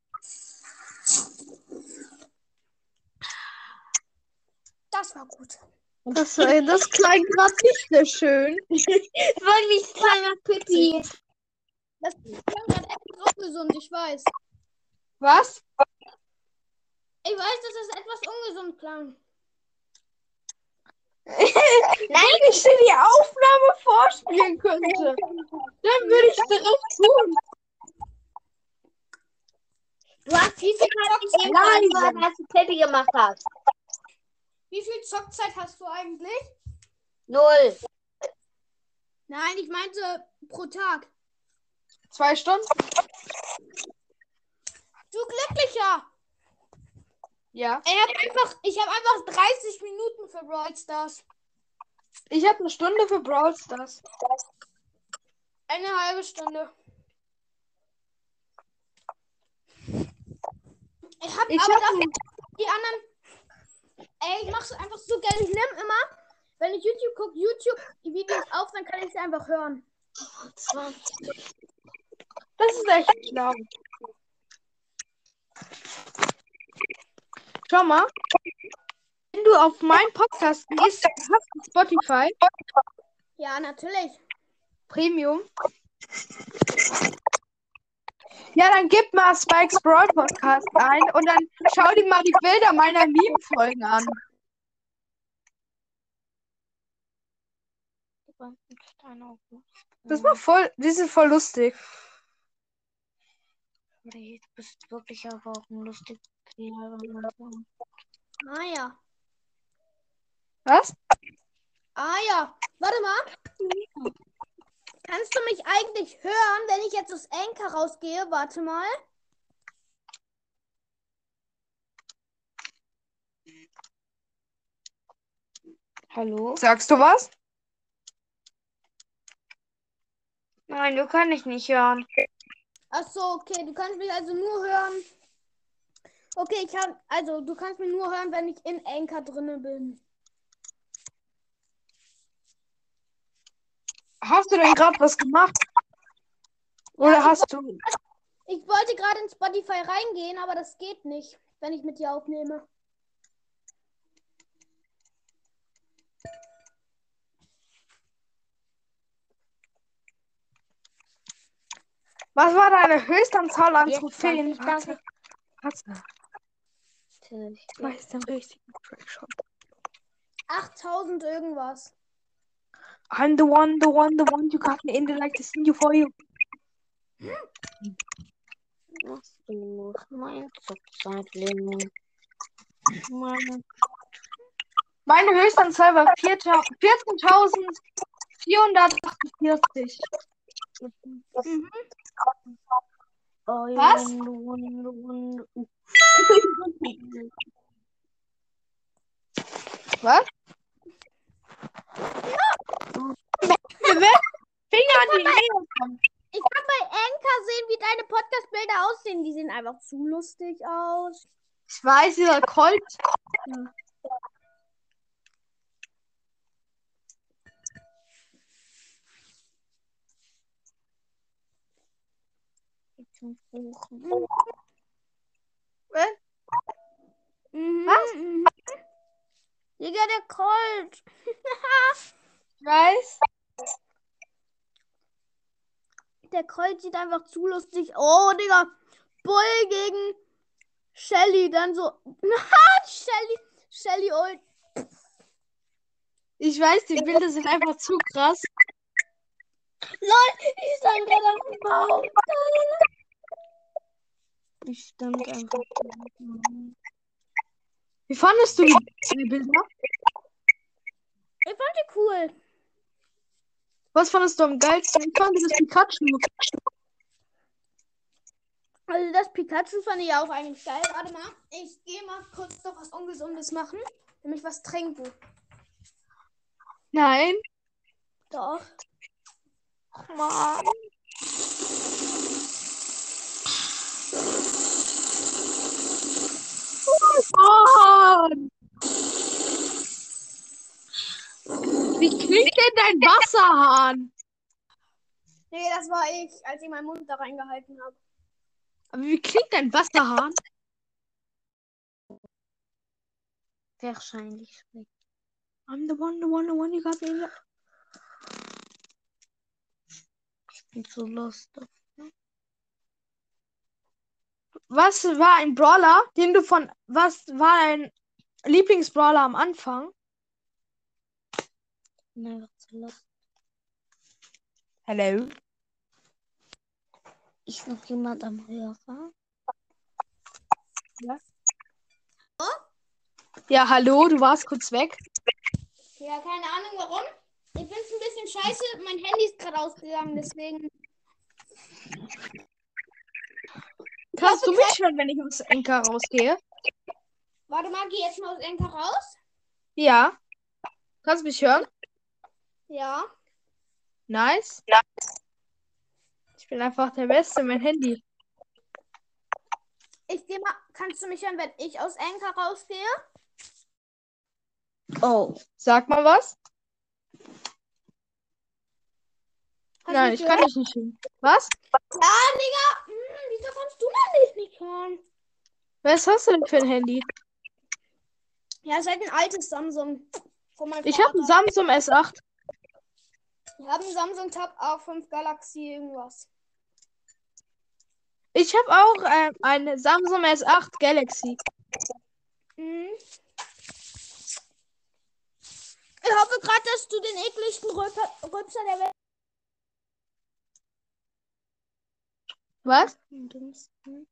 Das war gut. Das klang gerade nicht sehr schön. Wirklich kleiner Pipi. Das klang gerade etwas ungesund, ich weiß. Was? Ich weiß, dass es etwas ungesund klang. Wenn ich dir die Aufnahme vorspielen könnte, dann würde ich das tun. Du hast viel zu lange, als du Pipi gemacht hast. Wie viel Zockzeit hast du eigentlich? 0. Nein, ich meinte pro Tag. 2 Stunden? Du Glücklicher! Ja. Ich hab einfach 30 Minuten für Brawl Stars. Ich habe eine Stunde für Brawl Stars. Eine halbe Stunde. Die anderen. Ey, ich mach's einfach so geil. Ich nehme immer, wenn ich YouTube gucke, YouTube-Videos auf, dann kann ich sie einfach hören. Das ist echt schlau. Schau mal. Wenn du auf meinen Podcast gehst, hast du Spotify Ja, natürlich. Premium. Ja, dann gib mal Spikes Brawl Podcast ein und dann schau dir mal die Bilder meiner Meme-Folgen an. Die sind voll lustig. Du bist wirklich aber auch ein lustiger. Ah ja. Was? Ah ja. Warte mal. Kannst du mich eigentlich hören, wenn ich jetzt aus Anchor rausgehe? Warte mal. Hallo? Sagst du was? Nein, du kannst ich nicht hören. Ach so, okay. Du kannst mich also nur hören. Okay, du kannst mich nur hören, wenn ich in Anchor drinne bin. Hast du denn gerade was gemacht? Oder Ja, hast du... Ich wollte gerade in Spotify reingehen, aber das geht nicht, wenn ich mit dir aufnehme. Was war deine Höchstanzahl an Jetzt Trophäen? darf ich- Warte. Natürlich. Ich weiß den richtigen Track schon. 8000 irgendwas. I'm the one, the one, the one. You got me in the like to sing you for you. Was du? Mein Zuchtzeitling. Meine Höchstanzahl war 14.448. Mhm. Was? Was? Finger an die Nähe. Ich kann bei Anchor sehen, wie deine Podcast-Bilder aussehen. Die sehen einfach zu lustig aus. Ich weiß, dieser Colt. Was? Mhm. Digga, der Colt. Ich weiß. Der Colt sieht einfach zu lustig. Oh, Digga. Bull gegen Shelly. Dann so. Shelly Old. Ich weiß, die Bilder sind einfach zu krass. Ich stand gerade auf dem Baum. Ich stand einfach. Wie fandest du die Bilder? Ich fand die cool. Was fandest du am geilsten? Ich fand das Pikachu. Also das Pikachu fand ich auch eigentlich geil. Warte mal. Ich gehe mal kurz noch was Ungesundes machen. Nämlich was trinken. Nein. Doch. Mann. Mann. Wie klingt denn dein Wasserhahn? Nee, das war ich, als ich meinen Mund da reingehalten habe. Aber wie klingt dein Wasserhahn? Wahrscheinlich schlecht. I'm the one, you got me in the... Ich bin zu lost. Was war ein Brawler, den du von... Was war dein Lieblingsbrawler am Anfang? Ich bin einfach zu lost. Hello? Ist noch jemand am Hörer? Ja, hallo, du warst kurz weg. Ja, keine Ahnung warum. Ich finde es ein bisschen scheiße. Mein Handy ist gerade ausgegangen, deswegen. Kannst du mich hören, wenn ich aus Enka rausgehe? Warte mal, geh jetzt mal aus Anchor raus. Ja. Kannst du mich hören? Ja. Nice. Ich bin einfach der Beste, mein Handy. Ich gehe mal. Kannst du mich hören, wenn ich aus Anchor rausgehe? Oh. Sag mal was. Hast Nein, mich ich kann gehört? dich nicht hören. Was? Ja, Digga. Wieso kannst du mich nicht hören? Was hast du denn für ein Handy? Ja, ist halt ein altes Samsung. Von meinem Ich habe Vater. ein Samsung S8. Ich habe einen Samsung Tab A5 Galaxy irgendwas. Ich habe auch eine Samsung S8 Galaxy. Mhm. Ich hoffe gerade, dass du den ekligsten Rülpser der Welt. Was? Am dümmsten.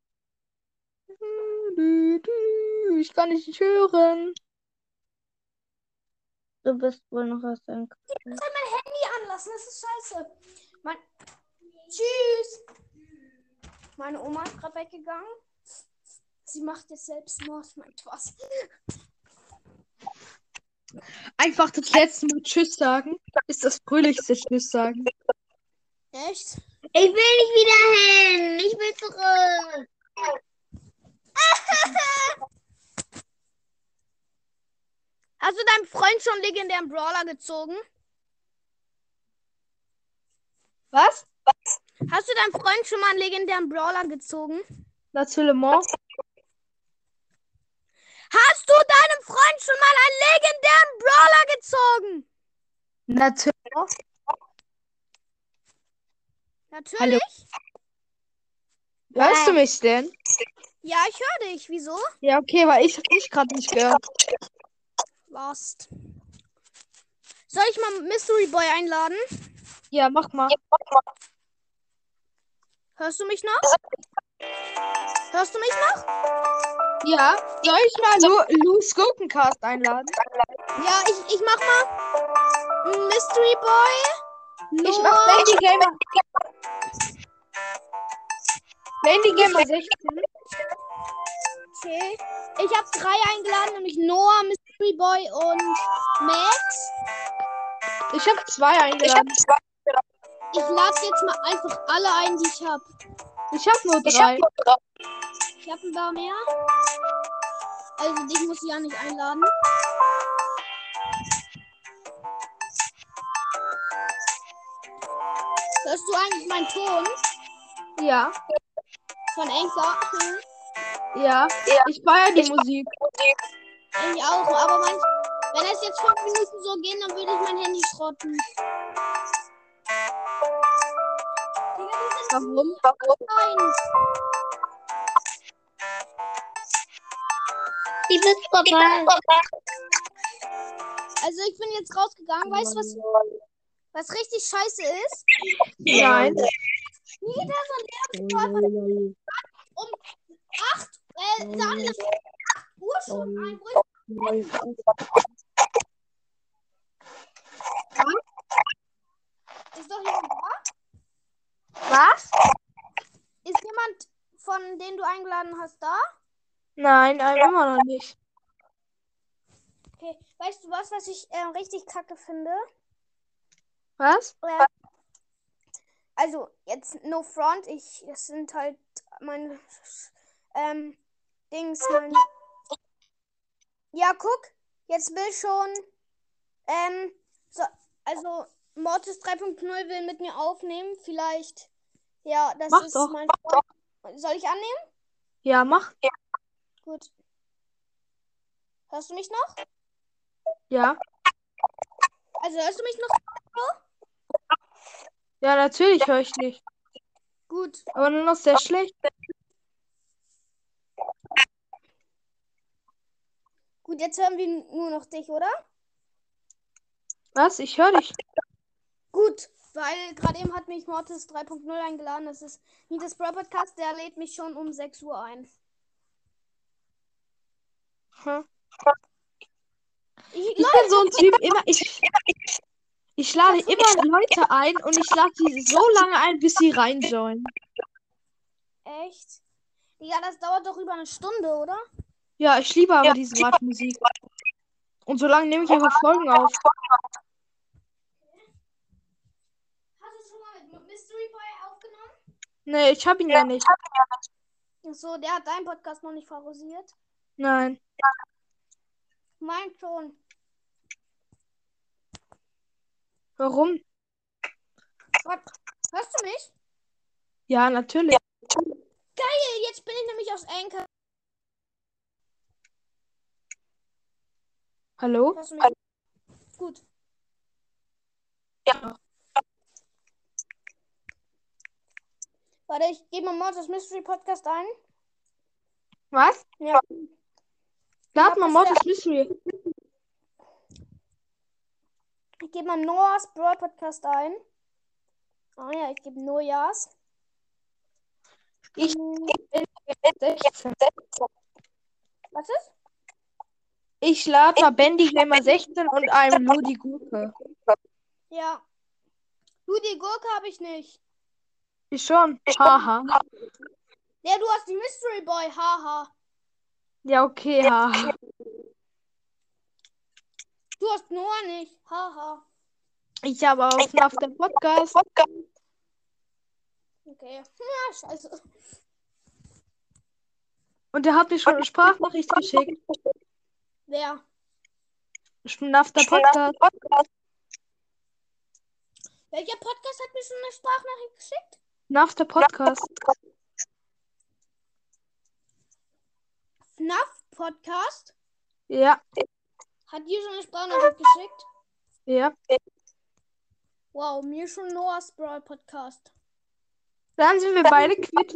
Ich kann dich nicht hören. Du bist wohl noch aus deinem Ich kann mein Handy anlassen, das ist scheiße. Tschüss. Meine Oma ist gerade weggegangen. Sie macht jetzt Selbstmord. Mein Spaß. Einfach das letzte Mal Tschüss sagen. Ist das fröhlichste Tschüss sagen. Echt? Ich will nicht wieder hin. Ich will zurück. Hast du deinem Freund schon legendären Brawler gezogen? Was? Hast du deinem Freund schon mal einen legendären Brawler gezogen? Natürlich. Hast du deinem Freund schon mal einen legendären Brawler gezogen? Natürlich. Hallo. Natürlich. Hörst du mich denn? Ja, ich höre dich. Wieso? Ja, okay, weil ich hab dich gerade nicht gehört. Lost. Soll ich mal Mystery Boy einladen? Ja, mach mal. Hörst du mich noch? Hörst du mich noch? Ja, soll ich mal Lu's Gurkencast einladen? Ja, ich mach mal Mystery Boy. Ich mach Lady Gamer. Lady Gamer 16. Okay. Ich habe 3 eingeladen, nämlich Noah, Mystery Boy und Max. Ich habe 2 eingeladen. Ich lade jetzt mal einfach alle ein, die ich habe. Ich habe nur 3. Ich habe ein paar mehr. Also dich muss ich ja nicht einladen. Hörst du eigentlich meinen Ton Ja. von Anchor? Ja. Ich feiere die Musik. Ich auch, aber wenn es jetzt 5 Minuten so gehen, dann würde ich mein Handy schrotten. Digga, die sind Warum? klein. Die bist vorbei. Also ich bin jetzt rausgegangen. Weißt du, was richtig scheiße ist? Nein. Jeder von der um 8, Daniel, 8 Uhr schon ein. Ist doch jemand da? Was? Ist jemand, von dem du eingeladen hast, da? Nein, immer noch nicht. Okay, weißt du was ich richtig kacke finde? Was? Also, jetzt no front, es sind halt meine Dings, Ja, guck, jetzt will schon, also Mortis 3.0 will mit mir aufnehmen, vielleicht, ja, das Mach ist doch. mein Freund. Soll ich annehmen? Ja, mach. Gut. Hörst du mich noch? Ja. Also, hörst du mich noch? Ja, natürlich höre ich dich. Gut. Aber nur noch sehr schlecht. Gut, jetzt hören wir nur noch dich, oder? Was? Ich höre dich. Gut, weil gerade eben hat mich Mortis 3.0 eingeladen. Das ist nicht das Brawl Podcast, der lädt mich schon um 6 Uhr ein. Hm. Ich bin so ein Typ, ich lade immer Leute ein und ich lade sie so lange ein, bis sie reinjoinen. Echt? Ja, das dauert doch über eine Stunde, oder? Ja, ich liebe aber diese Wartmusik. Und so lange nehme ich einfach Folgen auf. Hast du schon mal mit Mystery Boy aufgenommen? Nee, ich habe ihn ja nicht. Achso, der hat deinen Podcast noch nicht favorisiert. Nein. Mein schon. Warum? Hörst du mich? Ja, natürlich. Geil, jetzt bin ich nämlich aus Anchor. Hallo? Hörst du mich? Gut. Ja. Warte, ich gebe mal Mortis Mystery Podcast ein. Was? Ja. Lad mal Mortis Mystery. Ich gebe mal Noahs Brawl Podcast ein. Ah ja, ich gebe Noahs. Ich bin 16. Was ist? Ich lade mal Bendy Gamer 16 und einem Ludi Gurke. Ja. Die Gurke habe ich nicht. Ich schon. Haha. Ja, du hast die Mystery Boy. Haha. Ja, okay, haha. Du hast Noah nicht. Haha. Ich habe auf nach dem Podcast. Okay. Ja, scheiße. Und der hat mir schon eine Sprachnachricht geschickt. Wer? Nach der Podcast. Welcher Podcast hat mir schon eine Sprachnachricht geschickt? Nach der Podcast. FNAF Podcast? Ja, Hat dir schon eine Sprachnachricht geschickt? ja. Wow, mir schon Noahs Brawl Podcast. Dann sind wir beide quitt.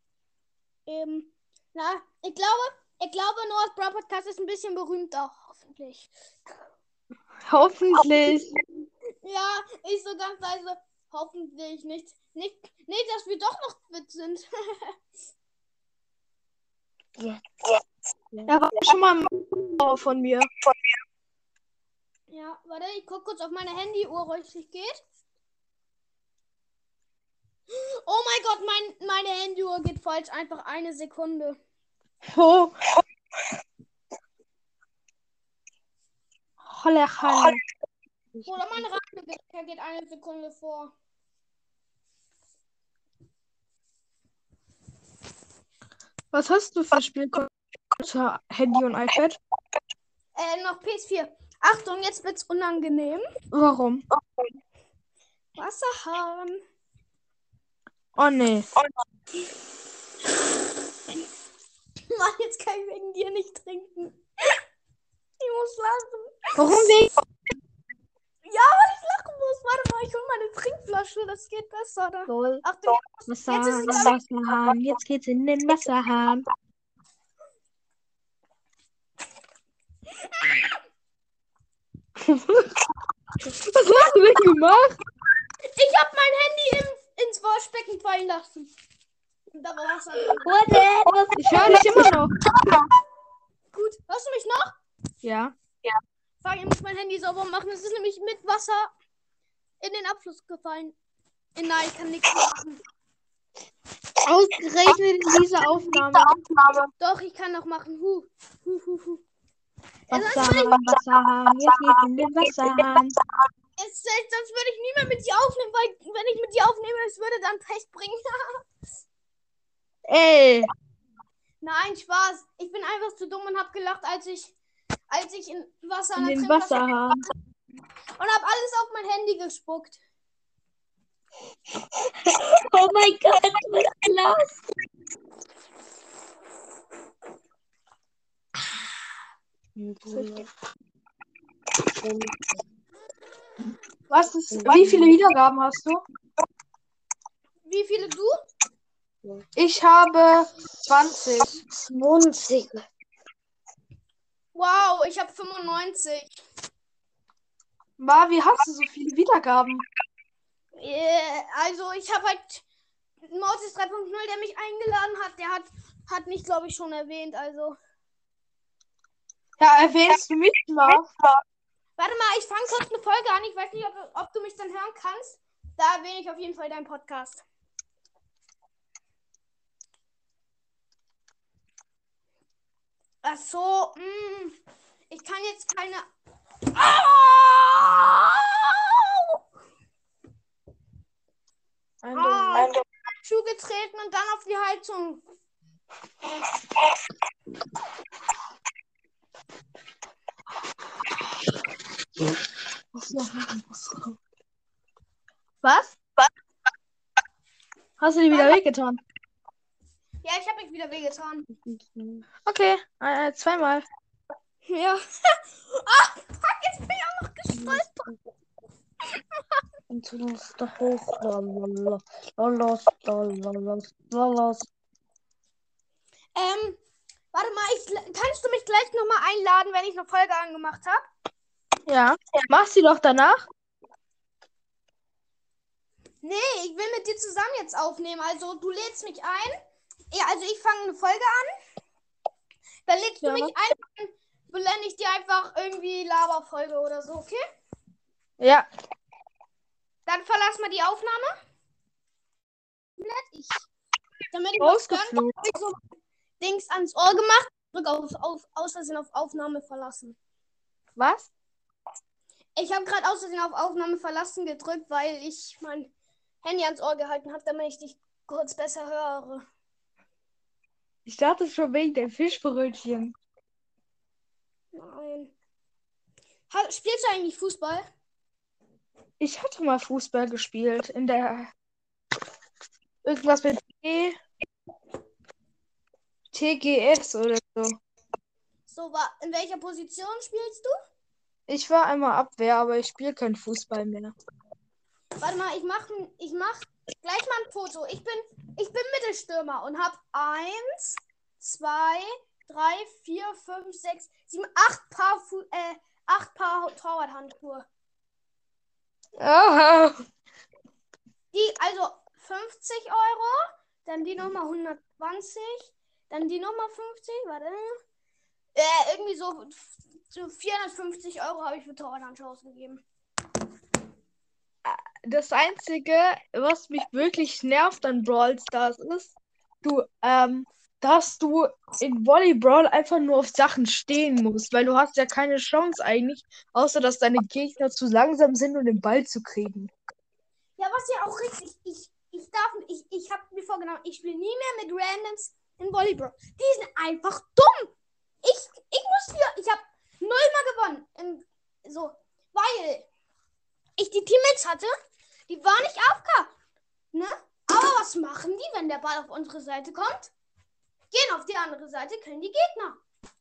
Na, ich glaube, Noahs Brawl Podcast ist ein bisschen berühmter. Hoffentlich. Hoffentlich. Ja, ich so ganz leise. Hoffentlich nicht, dass wir doch noch quitt sind. Ja. Er war schon mal ein von mir. Ja, warte, ich guck kurz auf meine Handyuhr, ob es nicht geht. Oh mein Gott, meine Handyuhr geht falsch. Einfach eine Sekunde. Oh. Holla, holla. Oder mein Radio geht eine Sekunde vor. Was hast du für Spielkonsolen? Handy und iPad? Noch PS4. Achtung, jetzt wird's unangenehm. Warum? Wasserhahn. Oh nee. Mann, jetzt kann ich wegen dir nicht trinken. Ich muss lachen. Warum wegen? Ja, weil ich lachen muss. Warte mal, ich hol meine Trinkflasche. Das geht besser. Da. Lol. Achtung, Wasserhahn, Jetzt ist es Wasserhahn. Jetzt geht's in den Wasserhahn. Was hast du denn gemacht? ich habe mein Handy ins Waschbecken fallen lassen. Und da war Wasser drin. Ich höre dich immer noch. Gut, hörst du mich noch? Ja. Sag, ich muss mein Handy sauber machen. Es ist nämlich mit Wasser in den Abfluss gefallen. Nein, ich kann nichts machen. Ausgerechnet in dieser Aufnahme. Doch, ich kann noch machen. Wasserhahn, Wasserhahn. Jetzt geht's in den Wasserhahn. Sonst würde ich nie mehr mit dir aufnehmen, weil wenn ich mit dir aufnehme, es würde dann Pech bringen. Ey. Nein, Spaß. Ich bin einfach zu dumm und habe gelacht, als ich in Wasser In an der den Trinkflasche Wasserhahn. und habe alles auf mein Handy gespuckt. Oh mein Gott, was ist los? Wie viele Wiedergaben hast du? Wie viele du? Ich habe 20. 20. Wow, ich habe 95. Wie hast du so viele Wiedergaben? Also ich habe halt Mortis 3.0, der mich eingeladen hat, der hat mich, glaube ich, schon erwähnt. Also. Ja, erwähnst du mich mal? Warte mal, ich fange kurz eine Folge an. Ich weiß nicht, ob du mich dann hören kannst. Da erwähne ich auf jeden Fall deinen Podcast. Ach so, ich kann jetzt keine. Au! Ich bin in den Schuh getreten und dann auf die Heizung. Was? Hast du dir wieder wehgetan? Ja, ich habe mich wieder wehgetan. Okay, zweimal. Ja. Ah, fuck, jetzt bin ich auch noch gestolpert. Und du musst da hoch. Los. Warte mal, kannst du mich gleich nochmal einladen, wenn ich eine Folge angemacht habe? Ja. Machst du doch danach? Nee, ich will mit dir zusammen jetzt aufnehmen. Also, du lädst mich ein. Ja, also ich fange eine Folge an. Dann lädst du mich ein, dann blende ich dir einfach irgendwie Laberfolge oder so, okay? Ja. Dann verlass mal die Aufnahme. Damit ich Ausgeflogen. hab ich so Dings ans Ohr gemacht. Drück aus Versehen auf Aufnahme verlassen. Was? Ich habe gerade aus Versehen auf Aufnahme verlassen gedrückt, weil ich mein Handy ans Ohr gehalten habe, damit ich dich kurz besser höre. Ich dachte schon wegen dem Fischbrötchen. Nein. Spielst du eigentlich Fußball? Ich hatte mal Fußball gespielt Irgendwas mit T, TGS oder so. So, in welcher Position spielst du? Ich war einmal Abwehr, aber ich spiele keinen Fußball mehr. Warte mal, ich mach gleich mal ein Foto. Ich bin Mittelstürmer und habe 1, 2, 3, 4, 5, 6, 7, 8 Paar Torwarthandschuhe. Aha. Die, also 50 Euro, dann die nochmal 120, dann die nochmal 50, warte. Irgendwie so 450 Euro habe ich für Torwarthandschuhe ausgegeben. Das Einzige, was mich wirklich nervt an Brawl Stars ist, dass du in Volleyball einfach nur auf Sachen stehen musst, weil du hast ja keine Chance eigentlich, außer dass deine Gegner zu langsam sind, um den Ball zu kriegen. Ja, was ja auch richtig, ich habe mir vorgenommen, ich spiele nie mehr mit Randoms in Volleyball. Die sind einfach dumm. Ich habe 0-mal gewonnen. Weil ich die Teammates hatte, die waren nicht AFK. Ne? Aber was machen die, wenn der Ball auf unsere Seite kommt? Gehen auf die andere Seite, killen die Gegner.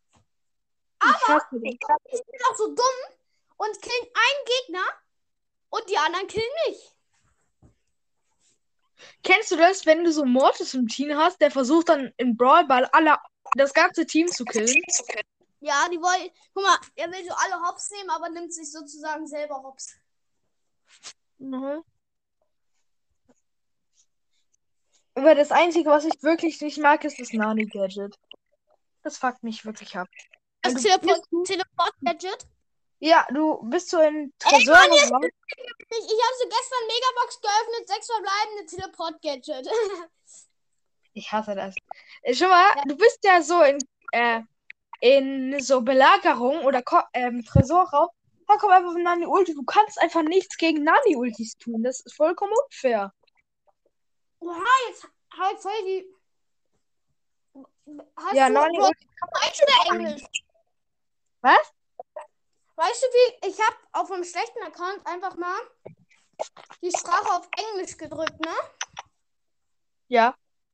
Aber die sind auch so dumm und killen einen Gegner und die anderen killen mich. Kennst du das, wenn du so Mortis im Team hast, der versucht dann in Brawl Ball das ganze Team zu killen? Ja, die wollen. Guck mal, er will so alle Hops nehmen, aber nimmt sich sozusagen selber Hops. Mhm. Aber das Einzige, was ich wirklich nicht mag, ist das Nani-Gadget. Das fuckt mich wirklich ab. Das Teleport-Gadget? Ja, du bist so in Tresor. Ich habe so gestern Megabox geöffnet, 6 verbleibende Teleport-Gadget. Ich hasse das. Schau mal, du bist ja so in so Belagerung oder Tresorraum. Da kommt einfach ein Nani-Ulti. Du kannst einfach nichts gegen Nani-Ultis tun. Das ist vollkommen unfair. Oha, jetzt halt voll die. Hast Ja, du Nani-Ulti. Deutsch oder Englisch? Was? Weißt du wie? Ich habe auf einem schlechten Account einfach mal die Sprache auf Englisch gedrückt, ne? Ja.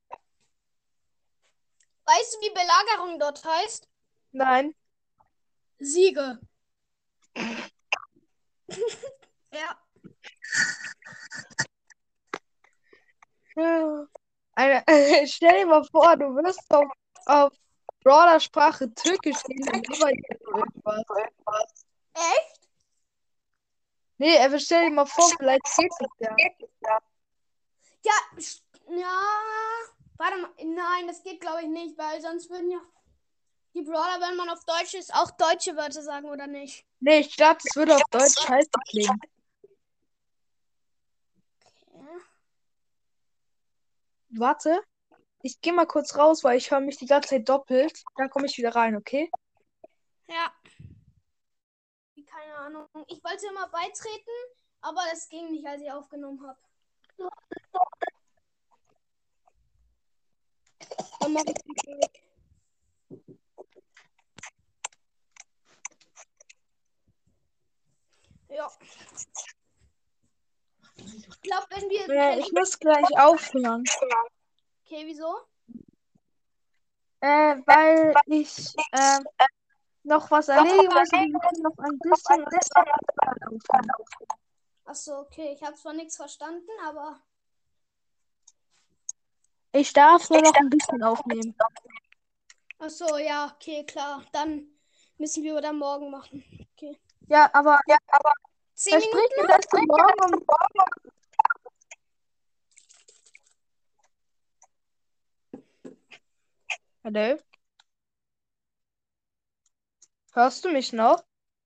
Weißt du, wie Belagerung dort heißt? Nein. Siege. Ja. Stell dir mal vor, du wirst auf Brawler-Sprache Türkisch reden und irgendwas. Echt? Nee, aber stell dir mal vor, vielleicht geht es ja. Ja. Warte mal. Nein, das geht glaube ich nicht, weil sonst würden ja die Brawler, wenn man auf Deutsch ist, auch deutsche Wörter sagen, oder nicht? Nee, ich glaube, das würde auf Deutsch scheiße klingen. Okay. Warte, ich gehe mal kurz raus, weil ich höre mich die ganze Zeit doppelt. Dann komme ich wieder rein, okay? Ja. Keine Ahnung. Ich wollte immer beitreten, aber das ging nicht, als ich aufgenommen habe. Dann mach ich die weg. Ja. Ich glaube, wenn wir. Ich muss gleich aufhören. Okay, wieso? Weil ich noch was erledigen muss und wir können noch ein bisschen aufhören. Achso, okay. Ich habe zwar nichts verstanden, aber. Ich darf nur noch ein bisschen aufnehmen. Achso, ja, okay, klar. Dann müssen wir dann morgen machen. Okay. Ja, aber 10 Minuten versprich mir, noch? dass du morgen Hallo? Hörst du mich noch?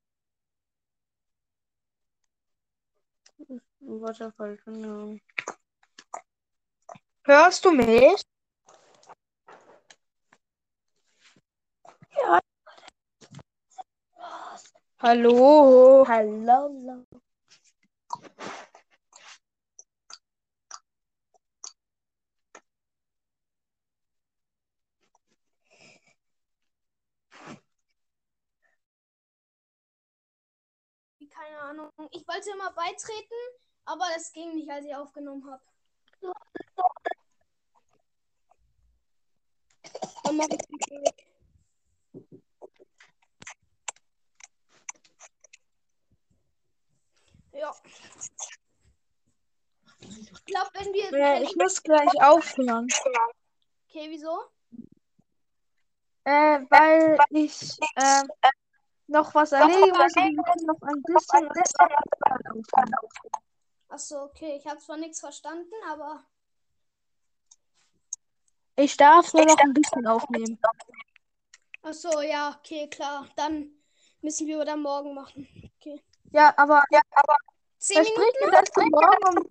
Hörst du mich? Ja. Hallo? Hallo. Keine Ahnung. Ich wollte immer beitreten, aber das ging nicht, als ich aufgenommen habe. Dann mach ich die weg. Ja. Ich glaube, wenn wir. Ich muss gleich aufhören. Okay, wieso? Weil ich noch was erledigen muss und wir können noch ein bisschen aufhören. Achso, okay. Ich habe zwar nichts verstanden, aber. Ich darf nur noch ein bisschen aufnehmen. Achso, ja, okay, klar. Dann müssen wir dann morgen machen. Okay. Ja, aber 10 versprich Minuten mir, noch? dass du morgen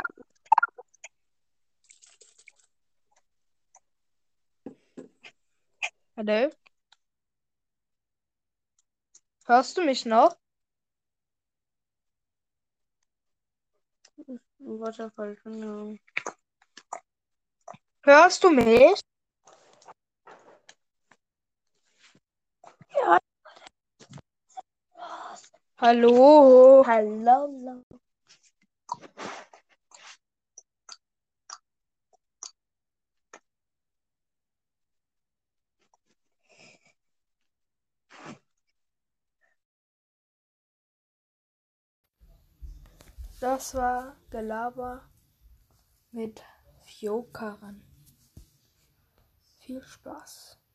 Hallo? Hörst du mich noch? Warte, hörst du mich? Ja. Hallo? Hallo. Das war Gelaber mit Fjokaran. Viel Spaß.